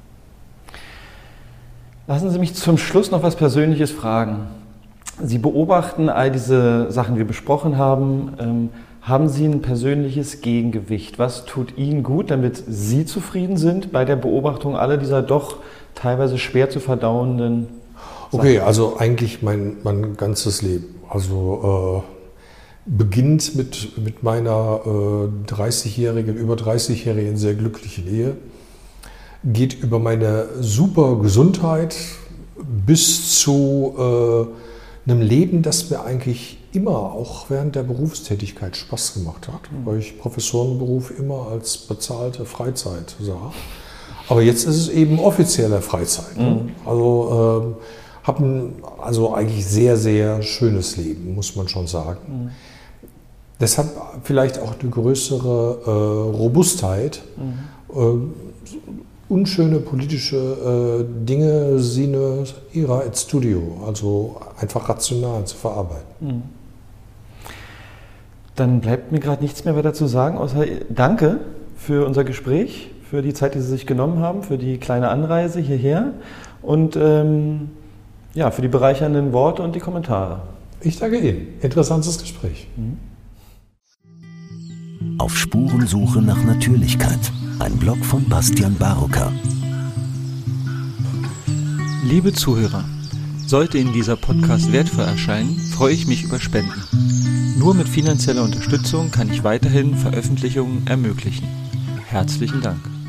Lassen Sie mich zum Schluss noch was Persönliches fragen. Sie beobachten all diese Sachen, die wir besprochen haben. Ähm, haben Sie ein persönliches Gegengewicht? Was tut Ihnen gut, damit Sie zufrieden sind bei der Beobachtung aller dieser doch teilweise schwer zu verdauenden Sachen? Okay, also eigentlich mein, mein ganzes Leben. Also äh, beginnt mit, mit meiner äh, dreißigjährigen, über dreißigjährigen sehr glücklichen Ehe, geht über meine super Gesundheit bis zu äh, einem Leben, das mir eigentlich immer, auch während der Berufstätigkeit, Spaß gemacht hat, mhm. weil ich Professorenberuf immer als bezahlte Freizeit sah. Aber jetzt ist es eben offizielle Freizeit. Mhm. Ne? Also äh, habe ein also eigentlich sehr, sehr schönes Leben, muss man schon sagen. Mhm. Deshalb vielleicht auch eine größere äh, Robustheit. Mhm. Äh, unschöne politische äh, Dinge sine ira et studio, also einfach rational zu verarbeiten. Mhm. Dann bleibt mir gerade nichts mehr weiter zu sagen, außer danke für unser Gespräch, für die Zeit, die Sie sich genommen haben, für die kleine Anreise hierher und ähm, ja, für die bereichernden Worte und die Kommentare. Ich danke Ihnen. Interessantes Gespräch. Mhm. Auf Spurensuche nach Natürlichkeit. Ein Blog von Bastian Barocker. Liebe Zuhörer, Sollte Ihnen dieser Podcast wertvoll erscheinen, freue ich mich über Spenden. Nur mit finanzieller Unterstützung kann ich weiterhin Veröffentlichungen ermöglichen. Herzlichen Dank.